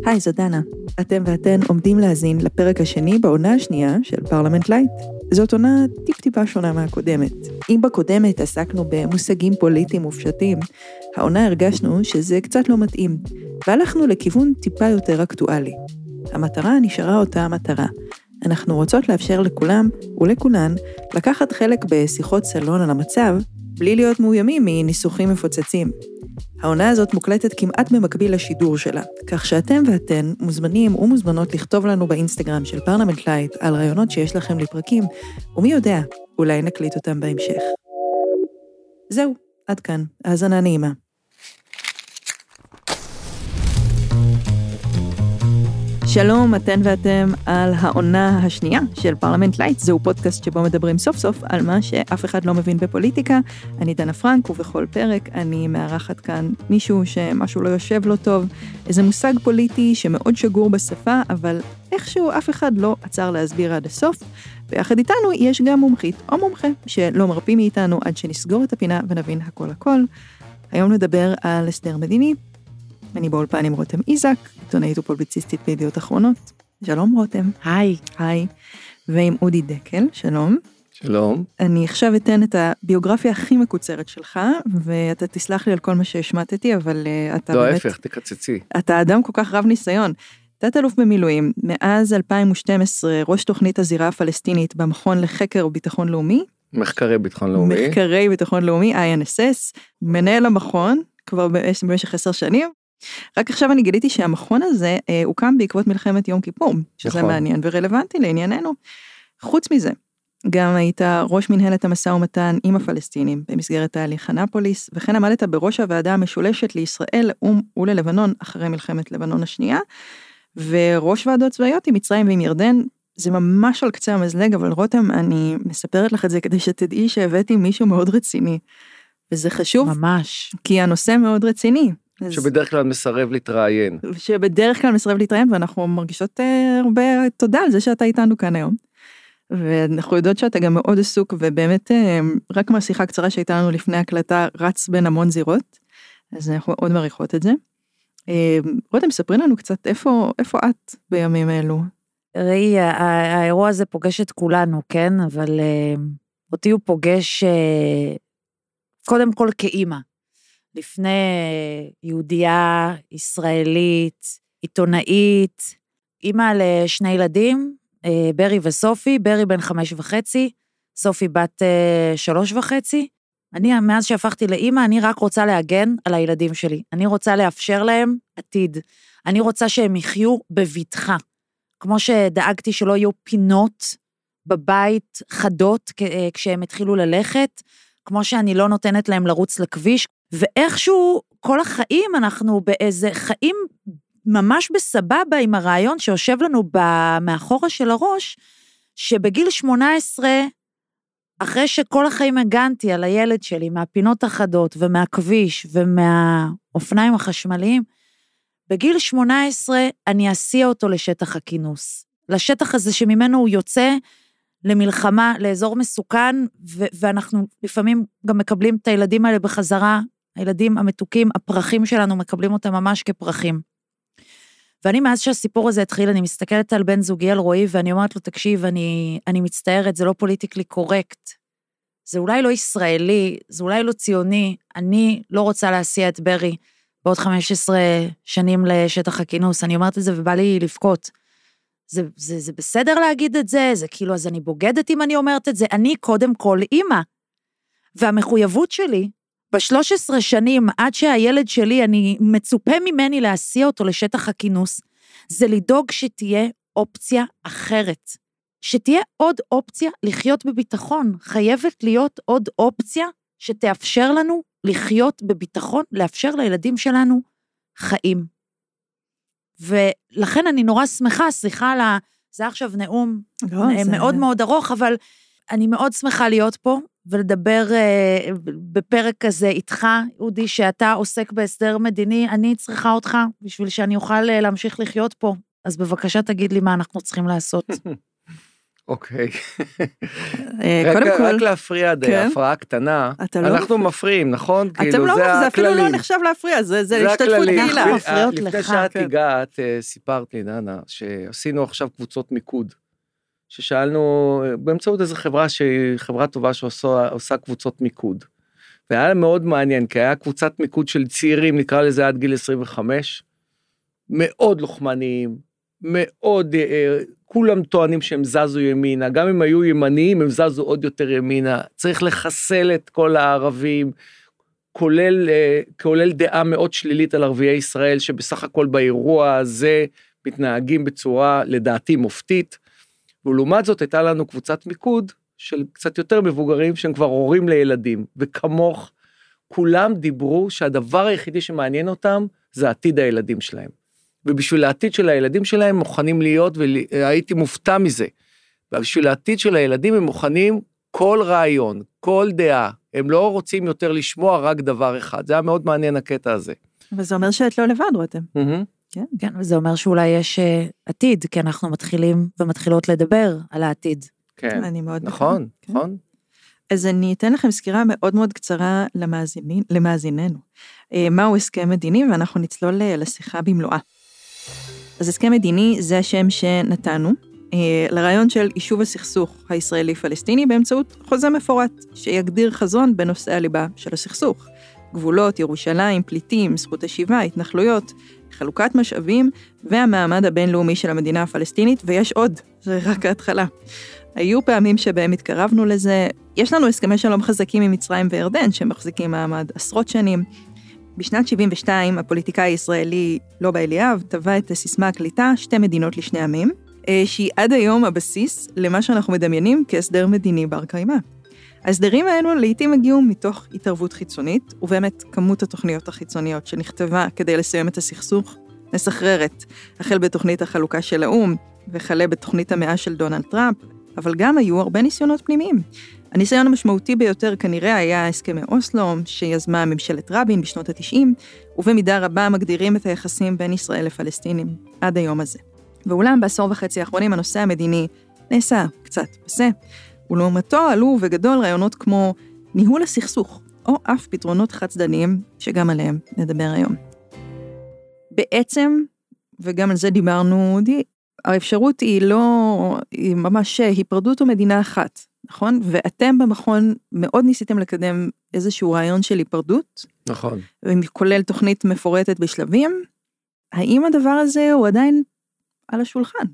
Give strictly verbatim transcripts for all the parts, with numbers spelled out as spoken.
היי, זו דנה. אתם ואתן עומדים להזין לפרק השני בעונה השנייה של פרלמנט לייט. זאת עונה טיפ-טיפה שונה מהקודמת. אם בקודמת עסקנו במושגים פוליטיים מופשטים, העונה הרגשנו שזה קצת לא מתאים, והלכנו לכיוון טיפה יותר אקטואלי. המטרה נשארה אותה המטרה. אנחנו רוצות לאפשר לכולם ולכולן לקחת חלק בשיחות סלון על המצב, בלי להיות מאוימים מניסוחים מפוצצים. העונה הזאת מוקלטת כמעט במקביל לשידור שלה, כך שאתם ואתן מוזמנים ומוזמנות לכתוב לנו באינסטגרם של פרלמנט לייט על רעיונות שיש לכם לפרקים, ומי יודע, אולי נקליט אותם בהמשך. זהו, עד כאן, האזנה נעימה. שלום, אתן ואתם על העונה השנייה של פרלמנט לייט. זהו פודקאסט שבו מדברים סוף סוף על מה שאף אחד לא מבין בפוליטיקה. אני דנה פרנק, ובכל פרק אני מארחת כאן מישהו שמשהו לא יושב לו טוב, איזה מושג פוליטי שמאוד שגור בשפה, אבל איכשהו אף אחד לא עצר להסביר עד הסוף. ויחד איתנו יש גם מומחית או מומחה שלא מרפים מאיתנו עד שנסגור את הפינה ונבין הכל הכל. היום נדבר על הסדר מדיני. אני באולפן עם רותם איזק, עיתונאית ופובליציסטית בידיעות אחרונות. שלום רותם. היי. היי. ועם אודי דקל, שלום. שלום. אני עכשיו אתן את הביוגרפיה הכי מקוצרת שלך, ואתה תסלח לי על כל מה שהשמטתי, אבל uh, אתה לא, באמת... ההפך, תקצצי. אתה אדם כל כך רב ניסיון. תת אלוף במילואים, מאז אלפיים ושתים עשרה, ראש תוכנית הזירה הפלסטינית במכון לחקר וביטחון לאומי. מחקרי ביטחון לאומי. מחקרי ביטחון לאומי, איי אן אס אס, מנהל המכון, כבר במשך עשר שנים. רק עכשיו אני גיליתי שהמכון הזה אה, הוקם בעקבות מלחמת יום כיפור, שזה נכון. מעניין ורלוונטי לענייננו. חוץ מזה, גם היית ראש מנהלת המשא ומתן עם הפלסטינים במסגרת תהליך אנאפוליס, וכן עמדת בראש הוועדה המשולשת לישראל, לאום וללבנון אחרי מלחמת לבנון השנייה, וראש ועדות צבאיות עם מצרים ועם ירדן. זה ממש על קצה המזלג, אבל רותם, אני מספרת לך את זה כדי שתדעי שהבאתי מישהו מאוד רציני, וזה חשוב. ממש. כי הנושא מאוד רציני. שבדרך כלל מסרב להתראיין. שבדרך כלל מסרב להתראיין, ואנחנו מרגישות הרבה תודה על זה שאתה איתנו כאן היום. ואנחנו יודעות שאתה גם מאוד עסוק, ובאמת רק מהשיחה הקצרה שהייתה לנו לפני הקלטה, רץ בין המון זירות, אז אנחנו מאוד מעריכות את זה. רותם, ספרי לנו קצת איפה, איפה את בימים האלו? ראי, האירוע הזה פוגש את כולנו, כן? אבל אותי הוא פוגש קודם כל כאימא. לפני יהודייה, ישראלית, עיתונאית, אימא לשני ילדים, ברי וסופי, ברי בן חמש וחצי, סופי בת שלוש וחצי. אני, מאז שהפכתי לאימא, אני רק רוצה להגן על הילדים שלי. אני רוצה לאפשר להם עתיד. אני רוצה שהם יחיו בבטחה. כמו שדאגתי שלא יהיו פינות בבית חדות כשהם התחילו ללכת, כמו שאני לא נותנת להם לרוץ לכביש, ואיכשהו כל החיים אנחנו באיזה חיים ממש בסבבה עם הרעיון שיושב לנו מאחורה של הראש, שבגיל שמונה עשרה, אחרי שכל החיים הגנתי על הילד שלי, מהפינות החדות ומהכביש ומהאופניים החשמליים, בגיל שמונה עשרה אני אסיע אותו לשטח הכינוס. לשטח הזה שממנו הוא יוצא למלחמה, לאזור מסוכן, ו- ואנחנו לפעמים גם מקבלים את הילדים האלה בחזרה, הילדים המתוקים, הפרחים שלנו מקבלים אותם ממש כפרחים. ואני מאז שהסיפור הזה התחיל, אני מסתכלת על בן זוגי, על רועי, ואני אומרת לו, תקשיב, אני, אני מצטערת, זה לא פוליטיקלי קורקט, זה אולי לא ישראלי, זה אולי לא ציוני, אני לא רוצה להסיע את ברי בעוד חמש עשרה שנים לשטח הכינוס, אני אומרת את זה ובא לי לבכות. זה, זה, זה בסדר להגיד את זה, זה כאילו, אז אני בוגדת אם אני אומרת את זה, אני קודם כל אימא. והמחויבות שלי, בשלוש עשרה שנים, עד שהילד שלי, אני מצופה ממני להסיע אותו לשטח הכינוס, זה לדאוג שתהיה אופציה אחרת. שתהיה עוד אופציה לחיות בביטחון. חייבת להיות עוד אופציה שתאפשר לנו לחיות בביטחון, לאפשר לילדים שלנו חיים. ולכן אני נורא שמחה, סליחה על ה... זה עכשיו נאום לא, מאוד זה... מאוד ארוך, אבל אני מאוד שמחה להיות פה, ולדבר uh, בפרק כזה איתך, אודי, שאתה עוסק בהסדר מדיני, אני צריכה אותך, בשביל שאני אוכל uh, להמשיך לחיות פה, אז בבקשה תגיד לי מה אנחנו צריכים לעשות. אוקיי. קודם כל... רק להפריע, הפרעה קטנה, אנחנו מפריעים, נכון? אתם לא, זה אפילו לא נחשב להפריע, זה השתתפות גילה. לפני שאת הגעת, סיפרת לי, דנה, שעשינו עכשיו קבוצות מיקוד, ששאלנו, באמצעות איזו חברה, שהיא חברה טובה שעושה קבוצות מיקוד, והיה מאוד מעניין, כי היה קבוצת מיקוד של צעירים, נקרא לזה עד גיל עשרים וחמש, מאוד לוחמניים, מאוד, כולם טוענים שהם זזו ימינה, גם אם היו ימניים, הם זזו עוד יותר ימינה, צריך לחסל את כל הערבים, כולל, כולל דעה מאוד שלילית על ערביי ישראל, שבסך הכל באירוע הזה, מתנהגים בצורה, לדעתי, מופתית, ולעומת זאת הייתה לנו קבוצת מיקוד, של קצת יותר מבוגרים, שהם כבר הורים לילדים, וכמוך, כולם דיברו שהדבר היחידי שמעניין אותם, זה עתיד הילדים שלהם. ובשביל העתיד של הילדים שלהם מוכנים להיות, והייתי מופתע מזה, ובשביל העתיד של הילדים הם מוכנים כל רעיון, כל דעה, הם לא רוצים יותר לשמוע רק דבר אחד, זה היה מאוד מעניין הקטע הזה. וזה אומר שאת לא לבד, רותם. כן, כן, וזה אומר שאולי יש עתיד, כי אנחנו מתחילים ומתחילות לדבר על העתיד. כן, אני מאוד נכון, נכון. אז אני אתן לכם סקירה מאוד מאוד קצרה למאזיננו. מהו הסכם מדיני, ואנחנו נצלול לשיחה במלואה. אז הסכם מדיני זה השם שנתנו, לרעיון של יישוב הסכסוך הישראלי-פלסטיני, באמצעות חוזה מפורט, שיגדיר חזון בנושאי הליבה של הסכסוך. גבולות, ירושלים, פליטים, זכות השיבה, התנחלויות, חלוקת משאבים, והמעמד הבינלאומי של המדינה הפלסטינית, ויש עוד, זה רק ההתחלה. היו פעמים שבהם התקרבנו לזה, יש לנו הסכמי שלום חזקים עם מצרים וירדן, שמחזיקים מעמד עשרות שנים. בשנת שבעים ושתיים, הפוליטיקאי הישראלי לובה אליאב טבע את הסיסמה הקליטה, שתי מדינות לשני עמים, שהיא עד היום הבסיס למה שאנחנו מדמיינים כהסדר מדיני בר קיימא. ההסדרים האלו לעתים הגיעו מתוך התערבות חיצונית, ובאמת כמות התוכניות החיצוניות שנכתבה כדי לסיים את הסכסוך מסחררת, החל בתוכנית החלוקה של האום, וכלה בתוכנית המאה של דונלד טראמפ, אבל גם היו הרבה ניסיונות פנימיים. הניסיון המשמעותי ביותר כנראה היה הסכמי אוסלו, שיזמה ממשלת רבין בשנות ה-תשעים, ובמידה רבה מגדירים את היחסים בין ישראל לפלסטינים עד היום הזה. ואולם בעשור וחצי האחרונים הנושא המדיני נעשה קצת פסה, ולעומתו עלו וגדול רעיונות כמו ניהול הסכסוך, או אף פתרונות חד צדדיים, שגם עליהם נדבר היום. בעצם, וגם על זה דיברנו, האפשרות היא לא, היא ממש היפרדות או מדינה אחת, נכון? ואתם במכון מאוד ניסיתם לקדם איזשהו רעיון של היפרדות. נכון. וכולל תוכנית מפורטת בשלבים. האם הדבר הזה הוא עדיין על השולחן?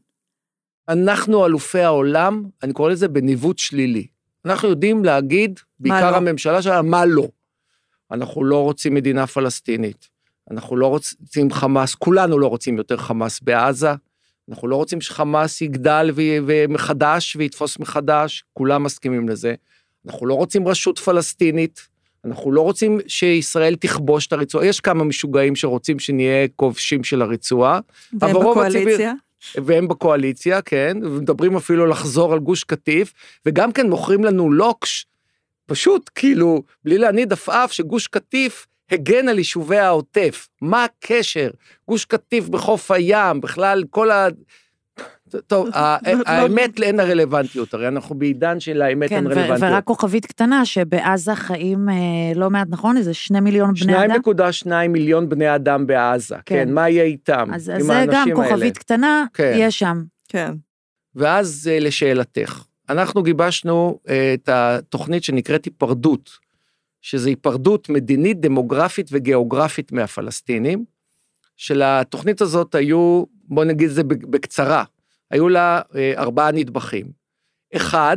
אנחנו אלופי העולם, אני קורא לזה בניווט שלילי. אנחנו יודעים להגיד, בעיקר הממשלה שלנו, מה לא. אנחנו לא רוצים מדינה פלסטינית. אנחנו לא רוצים חמאס, כולנו לא רוצים יותר חמאס בעזה. אנחנו לא רוצים שחמאס יגדל ומחדש ויתפוס מחדש, כולם מסכימים לזה. אנחנו לא רוצים רשות פלסטינית, אנחנו לא רוצים שישראל תכבוש את הרצועה, יש כמה משוגעים שרוצים שנהיה כובשים של הרצועה. והם בקואליציה. והם בקואליציה, כן, ומדברים אפילו לחזור על גוש קטיף, וגם כן מוכרים לנו לוקש, פשוט כאילו, בלי להניד עפעף שגוש קטיף, הגן על יישובי העוטף, מה הקשר? גוש קטיף בחוף הים, בכלל כל ה... טוב, האמת אין הרלוונטיות, הרי אנחנו בעידן של האמת אין רלוונטיות. כן, ורק כוכבית קטנה, שבעזה חיים לא מעט, נכון? איזה שני מיליון בני אדם? שניים נקודה שניים מיליון בני אדם בעזה, כן, מה יהיה איתם? אז זה גם כוכבית קטנה, יש שם. כן. ואז לשאלתך, אנחנו גיבשנו את התוכנית שנקראת היפרדות, שזה היפרדות מדינית, דמוגרפית וגיאוגרפית מהפלסטינים, שלתוכנית הזאת היו, בוא נגיד את זה בקצרה, היו לה ארבעה נדבכים. אחד,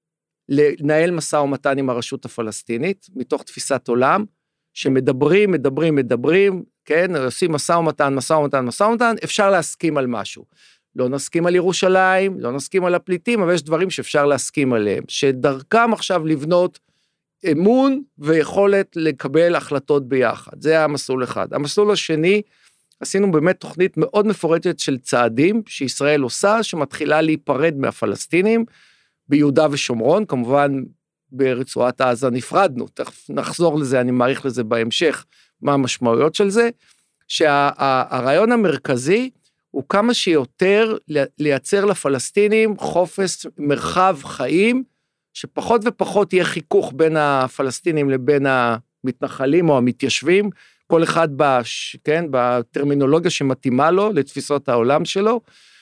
לנהל משא ומתן עם הרשות הפלסטינית, מתוך תפיסת עולם, שמדברים, מדברים, מדברים, כן, עושים משא ומתן, משא ומתן, משא ומתן, אפשר להסכים על משהו. לא נסכים על ירושלים, לא נסכים על הפליטים, אבל יש דברים שאפשר להסכים עליהם, שדרכם עכשיו לבנות אמון ויכולת לקבל החלטות ביחד. זה המסלול אחד. המסלול השני, עשינו באמת תוכנית מאוד מפורטת של צעדים שישראל עושה, שמתחילה להיפרד מהפלסטינים ביהודה ושומרון, כמובן ברצועת עזה נפרדנו, תכף נחזור לזה, אני מעריך לזה בהמשך, מה המשמעויות של זה, שהרעיון המרכזי הוא כמה שיותר לייצר לפלסטינים חופש מרחב חיים, שפחות ופחות יהיה חיכוך בין הפלסטינים לבין המתנחלים או המתיישבים, כל אחד בש, כן, בטרמינולוגיה שמתאימה לו, לתפיסות העולם שלו,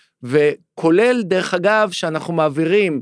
וכולל דרך אגב שאנחנו מעבירים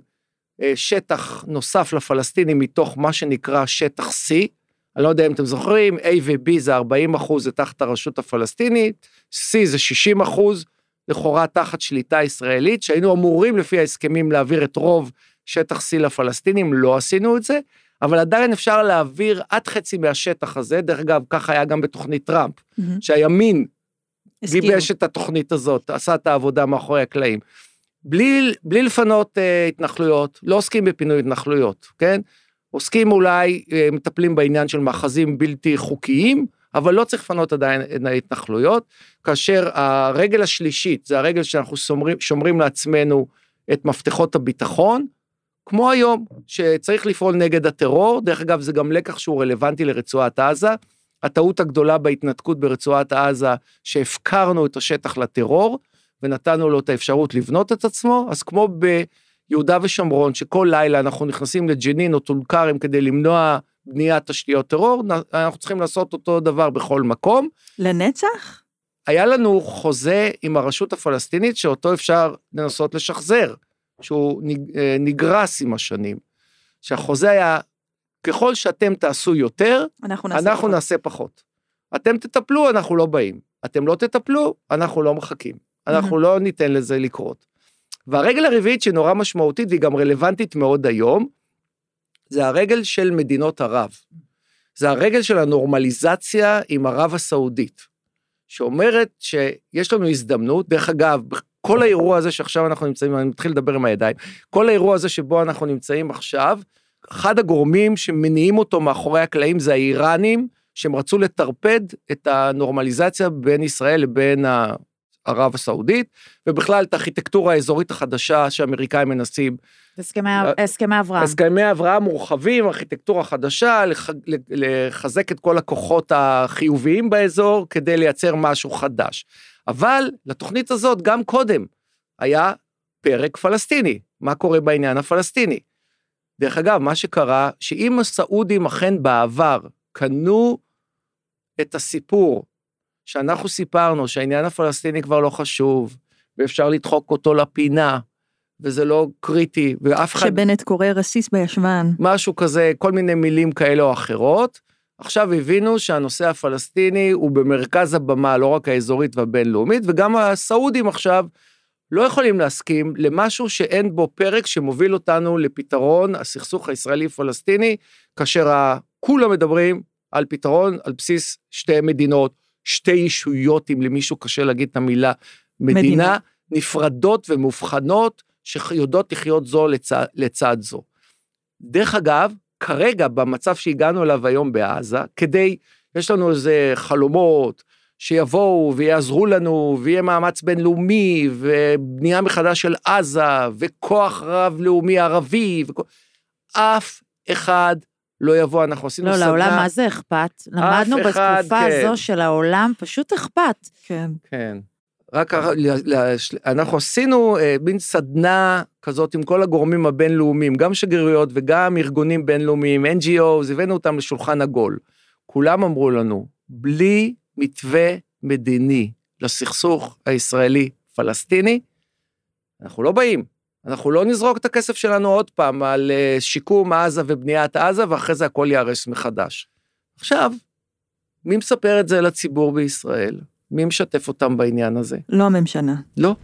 שטח נוסף לפלסטינים מתוך מה שנקרא שטח C, אני לא יודע אם אתם זוכרים, A ו-B זה ארבעים אחוז, זה תחת הרשות הפלסטינית, C זה שישים אחוז, לכאורה תחת שליטה ישראלית, שהיינו אמורים לפי ההסכמים להעביר את רוב שטח C לפלסטינים, לא עשינו את זה, אבל עדיין אפשר להעביר עד חצי מהשטח הזה, דרך אגב, כך היה גם בתוכנית טראמפ, mm-hmm. שהימין גיבש את התוכנית הזאת, עשה את העבודה מאחורי הקלעים. בלי, בלי לפנות uh, התנחלויות, לא עוסקים בפינוי התנחלויות, כן? עוסקים אולי, uh, מטפלים בעניין של מאחזים בלתי חוקיים, אבל לא צריך לפנות עדיין את ההתנחלויות, כאשר הרגל השלישית, זה הרגל שאנחנו שומרים, שומרים לעצמנו את מפתחות הביטחון, כמו היום, שצריך לפעול נגד הטרור, דרך אגב זה גם לקח שהוא רלוונטי לרצועת עזה, הטעות הגדולה בהתנתקות ברצועת עזה, שהפקרנו את השטח לטרור, ונתנו לו את האפשרות לבנות את עצמו, אז כמו ביהודה ושומרון, שכל לילה אנחנו נכנסים לג'נין או טול כרם, כדי למנוע בניית תשתיות טרור, אנחנו צריכים לעשות אותו דבר בכל מקום. לנצח? היה לנו חוזה עם הרשות הפלסטינית, שאותו אפשר לנסות לשחזר, שהוא נגרס עם השנים, שהחוזה היה, ככל שאתם תעשו יותר, אנחנו נעשה, אנחנו פחות. נעשה פחות. אתם תטפלו, אנחנו לא באים. אתם לא תטפלו, אנחנו לא מחכים. אנחנו mm-hmm. לא ניתן לזה לקרות. והרגל הרביעית שנורא משמעותית, והיא גם רלוונטית מאוד היום, זה הרגל של מדינות ערב. זה הרגל של הנורמליזציה עם ערב הסעודית, שאומרת שיש לנו הזדמנות, דרך אגב, כל האירוע הזה שעכשיו אנחנו נמצאים, אני מתחיל לדבר עם הידיים, כל האירוע הזה שבו אנחנו נמצאים עכשיו, אחד הגורמים שמניעים אותו מאחורי הקלעים זה האיראנים, שהם רצו לטרפד את הנורמליזציה בין ישראל לבין ערב הסעודית, ובכלל את הארכיטקטורה האזורית החדשה שהאמריקאים מנסים. הסכמי אברהם. הסכמי אברהם מורחבים, ארכיטקטורה חדשה, לחזק את כל הכוחות החיוביים באזור, כדי לייצר משהו חדש. אבל לתוכנית הזאת גם קודם היה פרק פלסטיני. מה קורה בעניין הפלסטיני? דרך אגב, מה שקרה, שאם הסעודים אכן בעבר קנו את הסיפור, שאנחנו סיפרנו שהעניין הפלסטיני כבר לא חשוב, ואפשר לדחוק אותו לפינה, וזה לא קריטי, ואף אחד... שבנט קורא רסיס בישבן. משהו כזה, כל מיני מילים כאלה או אחרות, עכשיו הבינו שהנושא הפלסטיני הוא במרכז הבמה, לא רק האזורית והבינלאומית, וגם הסעודים עכשיו לא יכולים להסכים למשהו שאין בו פרק שמוביל אותנו לפתרון הסכסוך הישראלי-פלסטיני, כאשר כולם מדברים על פתרון על בסיס שתי מדינות, שתי ישויות, אם למישהו קשה להגיד את המילה, מדינה, מדינה. נפרדות ומובחנות, שיודעות לחיות זו לצד, לצד זו. דרך אגב, כרגע במצב שהגענו אליו היום בעזה, כדי, יש לנו איזה חלומות, שיבואו ויעזרו לנו, ויהיה מאמץ בינלאומי, ובנייה מחדש של עזה, וכוח רב-לאומי ערבי, וכו... אף אחד לא יבוא, אנחנו עשינו לא, סדנה. לא, לעולם מה זה אכפת? למדנו אחד, בתקופה כן. הזו של העולם, פשוט אכפת. כן. כן. רק אנחנו עשינו מין סדנה כזאת עם כל הגורמים הבינלאומיים, גם שגרירויות וגם ארגונים בינלאומיים, אן ג'י או, הבאנו אותם לשולחן עגול. כולם אמרו לנו, בלי מתווה מדיני לסכסוך הישראלי-פלסטיני, אנחנו לא באים. אנחנו לא נזרוק את הכסף שלנו עוד פעם על שיקום עזה ובניית עזה, ואחרי זה הכל יערס מחדש. עכשיו, מי מספר את זה לציבור בישראל? מי משתף אותם בעניין הזה? לא הממשלה. לא.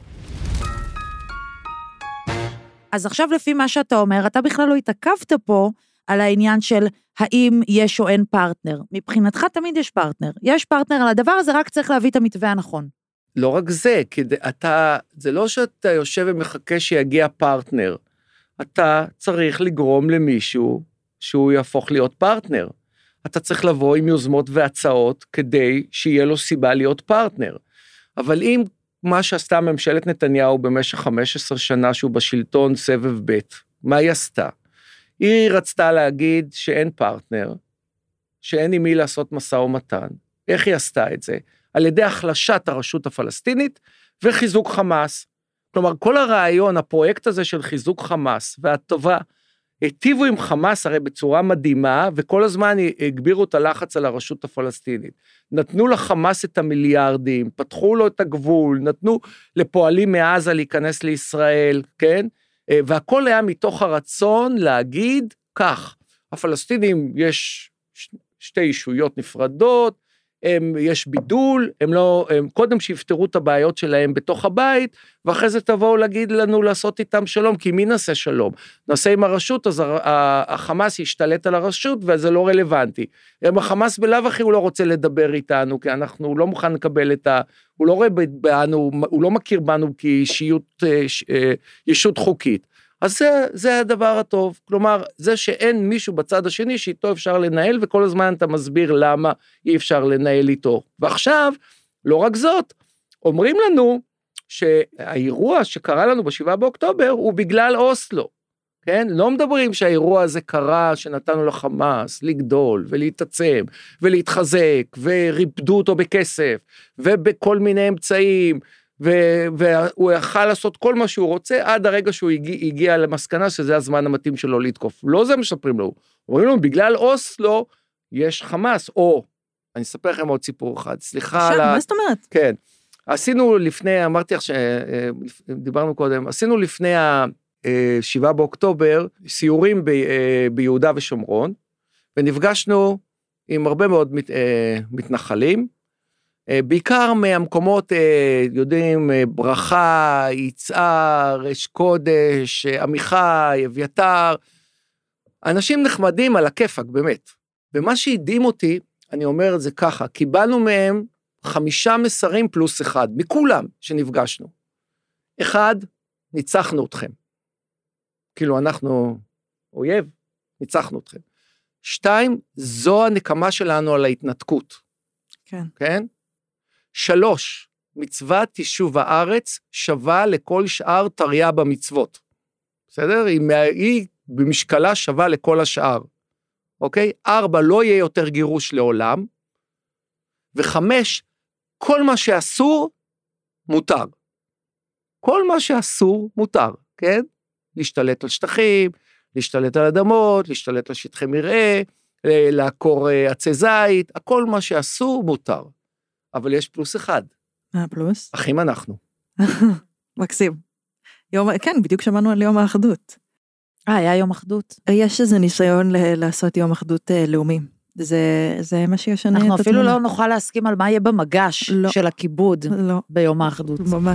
אז עכשיו לפי מה שאתה אומר, אתה בכלל לא התעכבת פה על העניין של האם יש או אין פרטנר. מבחינתך תמיד יש פרטנר. יש פרטנר על הדבר הזה, רק צריך להביא את המתווה הנכון. לא רק זה, כי אתה, זה לא שאתה יושב ומחכה שיגיע פרטנר. אתה צריך לגרום למישהו שהוא יהפוך להיות פרטנר. אתה צריך לבוא עם יוזמות והצעות כדי שיהיה לו סיבה להיות פרטנר. אבל אם מה שעשתה ממשלת נתניהו במשך חמש עשרה שנה שהוא בשלטון סבב ב', מה היא עשתה? היא רצתה להגיד שאין פרטנר, שאין עם מי לעשות משא ומתן, איך היא עשתה את זה? על ידי החלשת הרשות הפלסטינית וחיזוק חמאס. כלומר, כל הרעיון, הפרויקט הזה של חיזוק חמאס והטובה, היטיבו עם חמאס הרי בצורה מדהימה, וכל הזמן הגבירו את הלחץ על הרשות הפלסטינית. נתנו לחמאס את המיליארדים, פתחו לו את הגבול, נתנו לפועלים מעזה להיכנס לישראל, כן? והכל היה מתוך הרצון להגיד כך, הפלסטינים יש שתי אישויות נפרדות, הם, יש בידול, הם לא, הם קודם שיפתרו את הבעיות שלהם בתוך הבית, ואחרי זה תבואו להגיד לנו לעשות איתם שלום, כי מי נעשה שלום? נעשה עם הרשות, אז החמאס ישתלט על הרשות, וזה לא רלוונטי. החמאס בלאו הכי הוא לא רוצה לדבר איתנו, כי אנחנו, הוא לא מוכן לקבל את ה... הוא לא רואה בנו, הוא לא מכיר בנו כאישיות, ישות חוקית. אז זה, זה הדבר הטוב, כלומר, זה שאין מישהו בצד השני שאיתו אפשר לנהל, וכל הזמן אתה מסביר למה אי אפשר לנהל איתו. ועכשיו, לא רק זאת, אומרים לנו שהאירוע שקרה לנו בשבעה באוקטובר, הוא בגלל אוסלו, כן? לא מדברים שהאירוע הזה קרה, שנתנו לחמאס לגדול, ולהתעצם, ולהתחזק, וריפדו אותו בכסף, ובכל מיני אמצעים, והוא יכל לעשות כל מה שהוא רוצה, עד הרגע שהוא הגיע, הגיע למסקנה שזה הזמן המתאים שלו לתקוף. לא זה משפרים לו. אומרים לו, בגלל אוסלו יש חמאס, או, אני אספר לכם עוד סיפור אחד, סליחה שם, על ה... מה זאת אומרת? כן. עשינו לפני, אמרתי לך שדיברנו קודם, עשינו לפני השבעה באוקטובר, סיורים ב, ביהודה ושומרון, ונפגשנו עם הרבה מאוד מת, מתנחלים, בעיקר מהמקומות, יודעים, ברכה, יצהר, אש קודש, עמיחי, אביתר, אנשים נחמדים על הכיפק, באמת. ומה שהדהים אותי, אני אומר את זה ככה, קיבלנו מהם חמישה מסרים פלוס אחד, מכולם שנפגשנו. אחד, ניצחנו אתכם. כאילו אנחנו אויב, ניצחנו אתכם. שתיים, זו הנקמה שלנו על ההתנתקות. כן. כן? שלוש, מצוות יישוב הארץ שווה לכל שאר תריה במצוות. בסדר? היא, היא במשקלה שווה לכל השאר. אוקיי? ארבע, לא יהיה יותר גירוש לעולם. וחמש, כל מה שאסור, מותר. כל מה שאסור, מותר, כן? להשתלט על שטחים, להשתלט על אדמות, להשתלט על שטחי מרעה, לעקור עצי זית, הכל מה שאסור, מותר. אבל יש פלוס אחד. מה פלוס? אחים אנחנו. מקסים. יום, כן, בדיוק שמענו על יום האחדות. אה, היה יום אחדות. יש איזה ניסיון ל- לעשות יום אחדות לאומי. זה, זה מה שישנה את התמונה. אנחנו אפילו לא נוכל להסכים על מה יהיה במגש לא. של הכיבוד לא. ביום האחדות. ממש.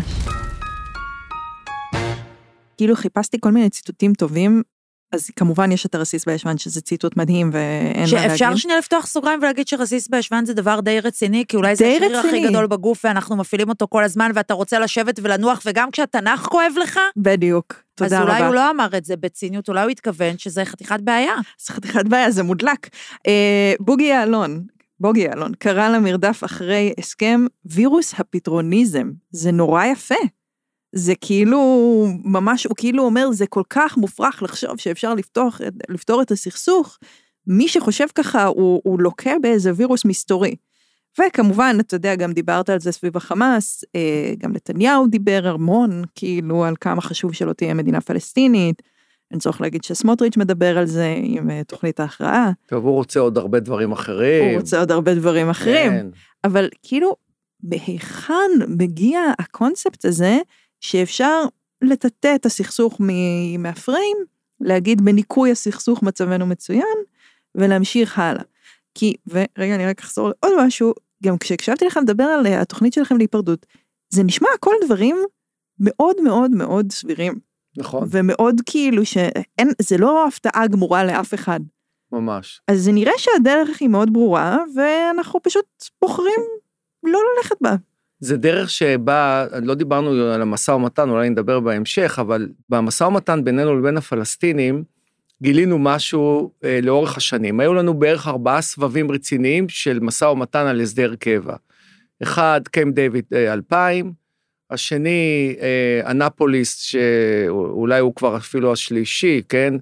כאילו חיפשתי כל מיני ציטוטים טובים, אז כמובן יש את הרסיס בישבן, שזה ציטוט מדהים ואין מה להגיד. שאפשר שנייה לפתוח סוגריים ולהגיד שרסיס בישבן זה דבר די רציני, כי אולי זה השריר הכי גדול בגוף, ואנחנו מפעילים אותו כל הזמן, ואתה רוצה לשבת ולנוח, וגם כשהתנ"ך כואב לך, בדיוק, תודה רבה. אז אולי הוא לא אמר את זה בציניות, אולי הוא התכוון שזה חתיכת בעיה. זה חתיכת בעיה, זה מודלק. בוגי יעלון, בוגי יעלון, קרא למרדף אחרי הסכם וירוס הפטרוניזם, זה נורא יפה. זה כאילו, ממש, הוא כאילו אומר, זה כל כך מופרך לחשוב שאפשר לפתוח, לפתור את הסכסוך, מי שחושב ככה, הוא, הוא לוקה באיזה וירוס מסתורי. וכמובן, אתה יודע, גם דיברת על זה סביב החמאס, גם נתניהו דיבר המון, כאילו, על כמה חשוב שלא תהיה מדינה פלסטינית, אני צריך להגיד שסמוטריץ' מדבר על זה עם תוכנית ההכרעה. טוב, הוא רוצה עוד הרבה דברים אחרים. הוא רוצה עוד הרבה דברים אחרים, כן. אבל כאילו, בהיכן מגיע הקונספט הזה, שאפשר לטטא את הסכסוך מהפריים, להגיד בניקוי הסכסוך מצבנו מצוין, ולהמשיך הלאה. כי, ורגע אני רק אחזור לעוד משהו, גם כשהקשבתי לכם לדבר על התוכנית שלכם להיפרדות, זה נשמע כל דברים מאוד מאוד מאוד סבירים. נכון. ומאוד כאילו שאין, זה לא הפתעה גמורה לאף אחד. ממש. אז זה נראה שהדרך היא מאוד ברורה, ואנחנו פשוט בוחרים לא ללכת בה. זה דרך שבה, לא דיברנו על המשא ומתן, אולי נדבר בהמשך, אבל במשא ומתן בינינו לבין הפלסטינים, גילינו משהו אה, לאורך השנים. היו לנו בערך ארבעה סבבים רציניים של משא ומתן על הסדר קבע. אחד, קמפ דיוויד אה, אלפיים, השני, אה, אנפוליס, שאולי הוא כבר אפילו השלישי, כן?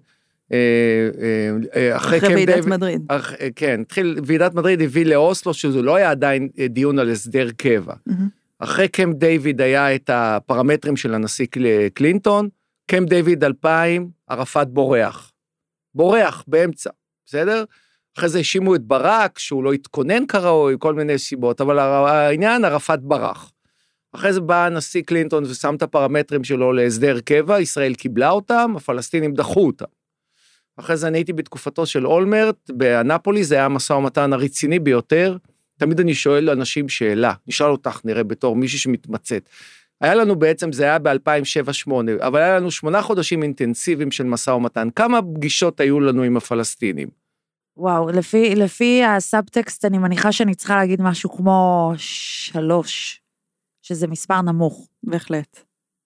אחרי ועידת מדריד. כן, התחיל, ועידת מדריד הביא לאוסלו, שזה לא היה עדיין דיון על הסדר קבע. אחרי קמפ דיוויד היה את הפרמטרים של הנשיא קלינטון, קמפ דיוויד אלפיים, ערפאת בורח. בורח באמצע, בסדר? אחרי זה האשימו את ברק, שהוא לא התכונן כראוי, כל מיני סיבות, אבל העניין, ערפאת ברח. אחרי זה בא הנשיא קלינטון ושם את הפרמטרים שלו להסדר קבע, ישראל קיבלה אותם, הפלסטינים דחו אותם. אחרי זה אני הייתי בתקופתו של אולמרט, באנפולי, זה היה המשא ומתן הרציני ביותר, תמיד אני שואל לאנשים שאלה, נשאל אותך נראה בתור מישהי שמתמצאת. היה לנו בעצם, זה היה ב-אלפיים שבע שמונה, אבל היה לנו שמונה חודשים אינטנסיביים של משא ומתן, כמה פגישות היו לנו עם הפלסטינים? וואו, לפי, לפי הסאבטקסט, אני מניחה שאני צריכה להגיד משהו כמו שלוש, שזה מספר נמוך. בהחלט.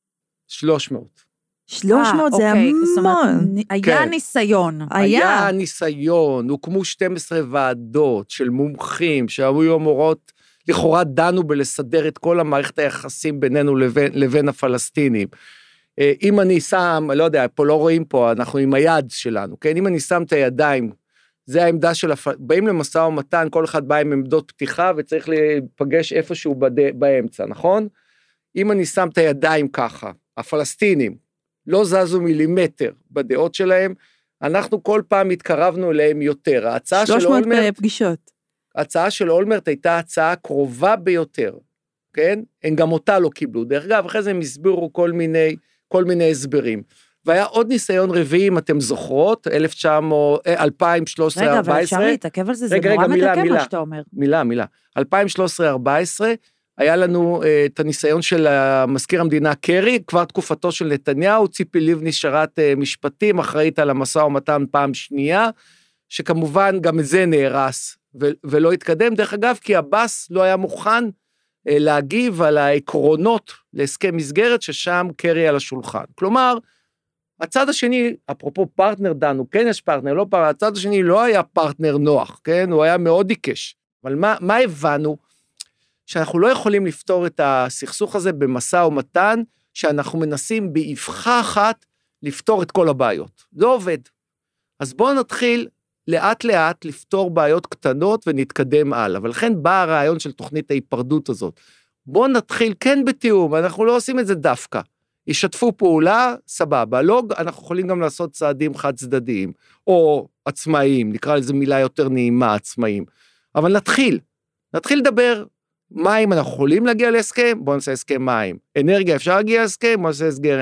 שלוש מאות. שלוש מאות זה המון. היה ניסיון. היה ניסיון, הוקמו שתים עשרה ועדות של מומחים, שהיו אמורות, לכאורה דנו בלסדר את כל המערכת היחסים בינינו לבין, לבין הפלסטינים. אם אני שם, לא יודע, פה לא רואים פה, אנחנו עם היד שלנו, כן? אם אני שם את הידיים, זה העמדה של, הפ... באים למשא ומתן, כל אחד בא עם עמדות פתיחה, וצריך להיפגש איפשהו בד... באמצע, נכון? אם אני שם את הידיים ככה, הפלסטינים, לא זזו מילימטר בדעות שלהם, אנחנו כל פעם התקרבנו אליהם יותר. ההצעה של אולמרט, שלוש מאות פגישות. ההצעה של אולמרט הייתה הצעה קרובה ביותר, כן? הם גם אותה לא קיבלו. דרך אגב, אחרי זה הם הסבירו כל מיני, כל מיני הסברים. והיה עוד ניסיון רביעי, אם אתם זוכרות, אלפיים ושלוש עשרה ארבע עשרה. רגע, אבל אפשר להתעכב על זה, זה נורא מתעכב מה שאתה אומר. מילה, מילה. אלפיים ושלוש עשרה ארבע עשרה, היה לנו uh, את הניסיון של מזכיר המדינה קרי, כבר תקופתו של נתניהו, ציפי לבני שרת uh, משפטים, אחראית על המשא ומתן פעם שנייה, שכמובן גם זה נהרס, ו- ולא התקדם, דרך אגב, כי הבאס לא היה מוכן uh, להגיב על העקרונות להסכם מסגרת, ששם קרי על השולחן. כלומר, הצד השני, אפרופו פרטנר דנו, כן יש פרטנר, לא פרטנר, הצד השני לא היה פרטנר נוח, כן? הוא היה מאוד עיקש. אבל מה, מה הבנו? שאנחנו לא יכולים לפתור את הסכסוך הזה במשא ומתן, שאנחנו מנסים באבחה אחת לפתור את כל הבעיות. זה עובד. אז בואו נתחיל לאט לאט לפתור בעיות קטנות ונתקדם הלאה. ולכן בא הרעיון של תוכנית ההיפרדות הזאת. בואו נתחיל כן בתיאום, אנחנו לא עושים את זה דווקא. ישתפו פעולה, סבבה. לא, אנחנו יכולים גם לעשות צעדים חד צדדיים, או עצמאיים, נקרא לזה מילה יותר נעימה, עצמאיים. אבל נתחיל. נתחיל לדבר מים, אנחנו יכולים להגיע להסכם, בואו נעשה הסכם מים. אנרגיה, אפשר להגיע להסכם, בואו נעשה הסגר.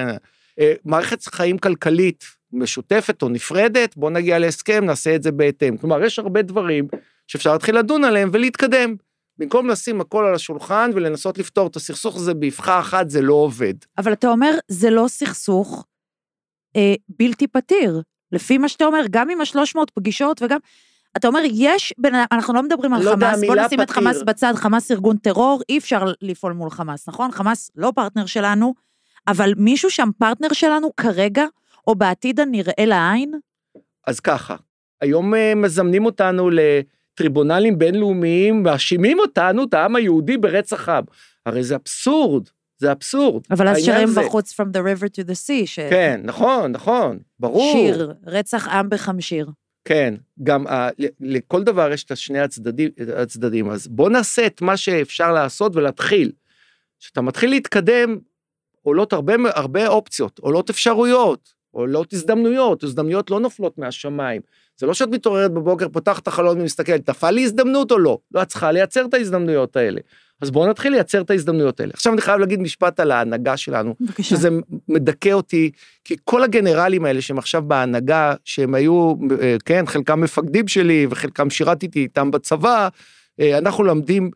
מערכת חיים כלכלית משותפת או נפרדת, בואו נגיע להסכם, נעשה את זה בהתאם. כלומר, יש הרבה דברים שאפשר להתחיל לדון עליהם ולהתקדם. במקום לשים הכל על השולחן ולנסות לפתור את הסכסוך הזה באבחה אחת, זה לא עובד. אבל אתה אומר, זה לא סכסוך אה, בלתי פתיר. לפי מה שאתה אומר, גם עם השלוש מאות פגישות וגם... אתה אומר, יש, אנחנו לא מדברים על חמאס, בוא נשים את חמאס בצד, חמאס ארגון טרור, אי אפשר לפעול מול חמאס, נכון? חמאס לא פרטנר שלנו, אבל מישהו שם פרטנר שלנו כרגע, או בעתיד הנראה לעין? אז ככה, היום מזמנים אותנו לטריבונלים בינלאומיים, מאשימים אותנו, את העם היהודי ברצח עם. הרי זה אבסורד, זה אבסורד. אבל אז שרים בחוץ from the river to the sea. ש... כן, נכון, נכון, ברור. שיר, רצח עם בחמשיר. כן, גם ה, לכל דבר יש את שני הצדדים, הצדדים, אז בוא נעשה את מה שאפשר לעשות ולהתחיל. כשאתה מתחיל להתקדם, עולות הרבה, הרבה אופציות, עולות אפשרויות, עולות הזדמנויות, הזדמנויות לא נופלות מהשמיים. זה לא שאת מתעוררת בבוקר, פותחת את החלון ומסתכלת, תפעה לי הזדמנות או לא? לא, את צריכה לייצר את ההזדמנויות האלה. אז בואו נתחיל לייצר את ההזדמנויות האלה. עכשיו אני חייב להגיד משפט על ההנהגה שלנו, בבקשה. שזה מדכא אותי, כי כל הגנרלים האלה שהם עכשיו בהנהגה, שהם היו, כן, חלקם מפקדים שלי, וחלקם שירתתי איתם בצבא, אנחנו למדים,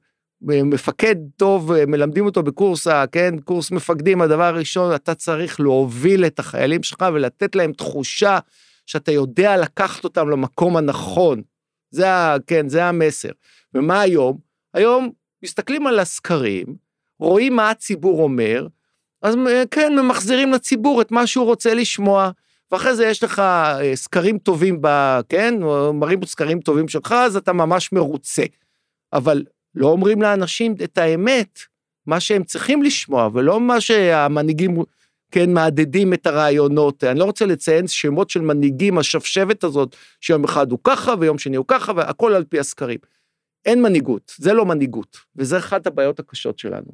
מפקד טוב, מלמדים אותו בקורס, כן, קורס מפקדים, הדבר הראשון, אתה צריך להוביל את החיילים שלך, ולתת להם תחושה, שאתה יודע לקחת אותם למקום הנכון. זה, כן, זה המסר. ומה היום? היום, מסתכלים על הסקרים, רואים מה הציבור אומר, אז כן, מחזירים לציבור את מה שהוא רוצה לשמוע, ואחרי זה יש לך סקרים טובים, ב, כן, מראים סקרים טובים שלך, אז אתה ממש מרוצה. אבל לא אומרים לאנשים את האמת, מה שהם צריכים לשמוע, ולא מה שהמנהיגים כן, מעדדים את הרעיונות, אני לא רוצה לציין שמות של מנהיגים, השפשבת הזאת, שיום אחד הוא ככה, ויום שני הוא ככה, והכל על פי הסקרים. אין מנהיגות, זה לא מנהיגות, וזה אחת הבעיות הקשות שלנו.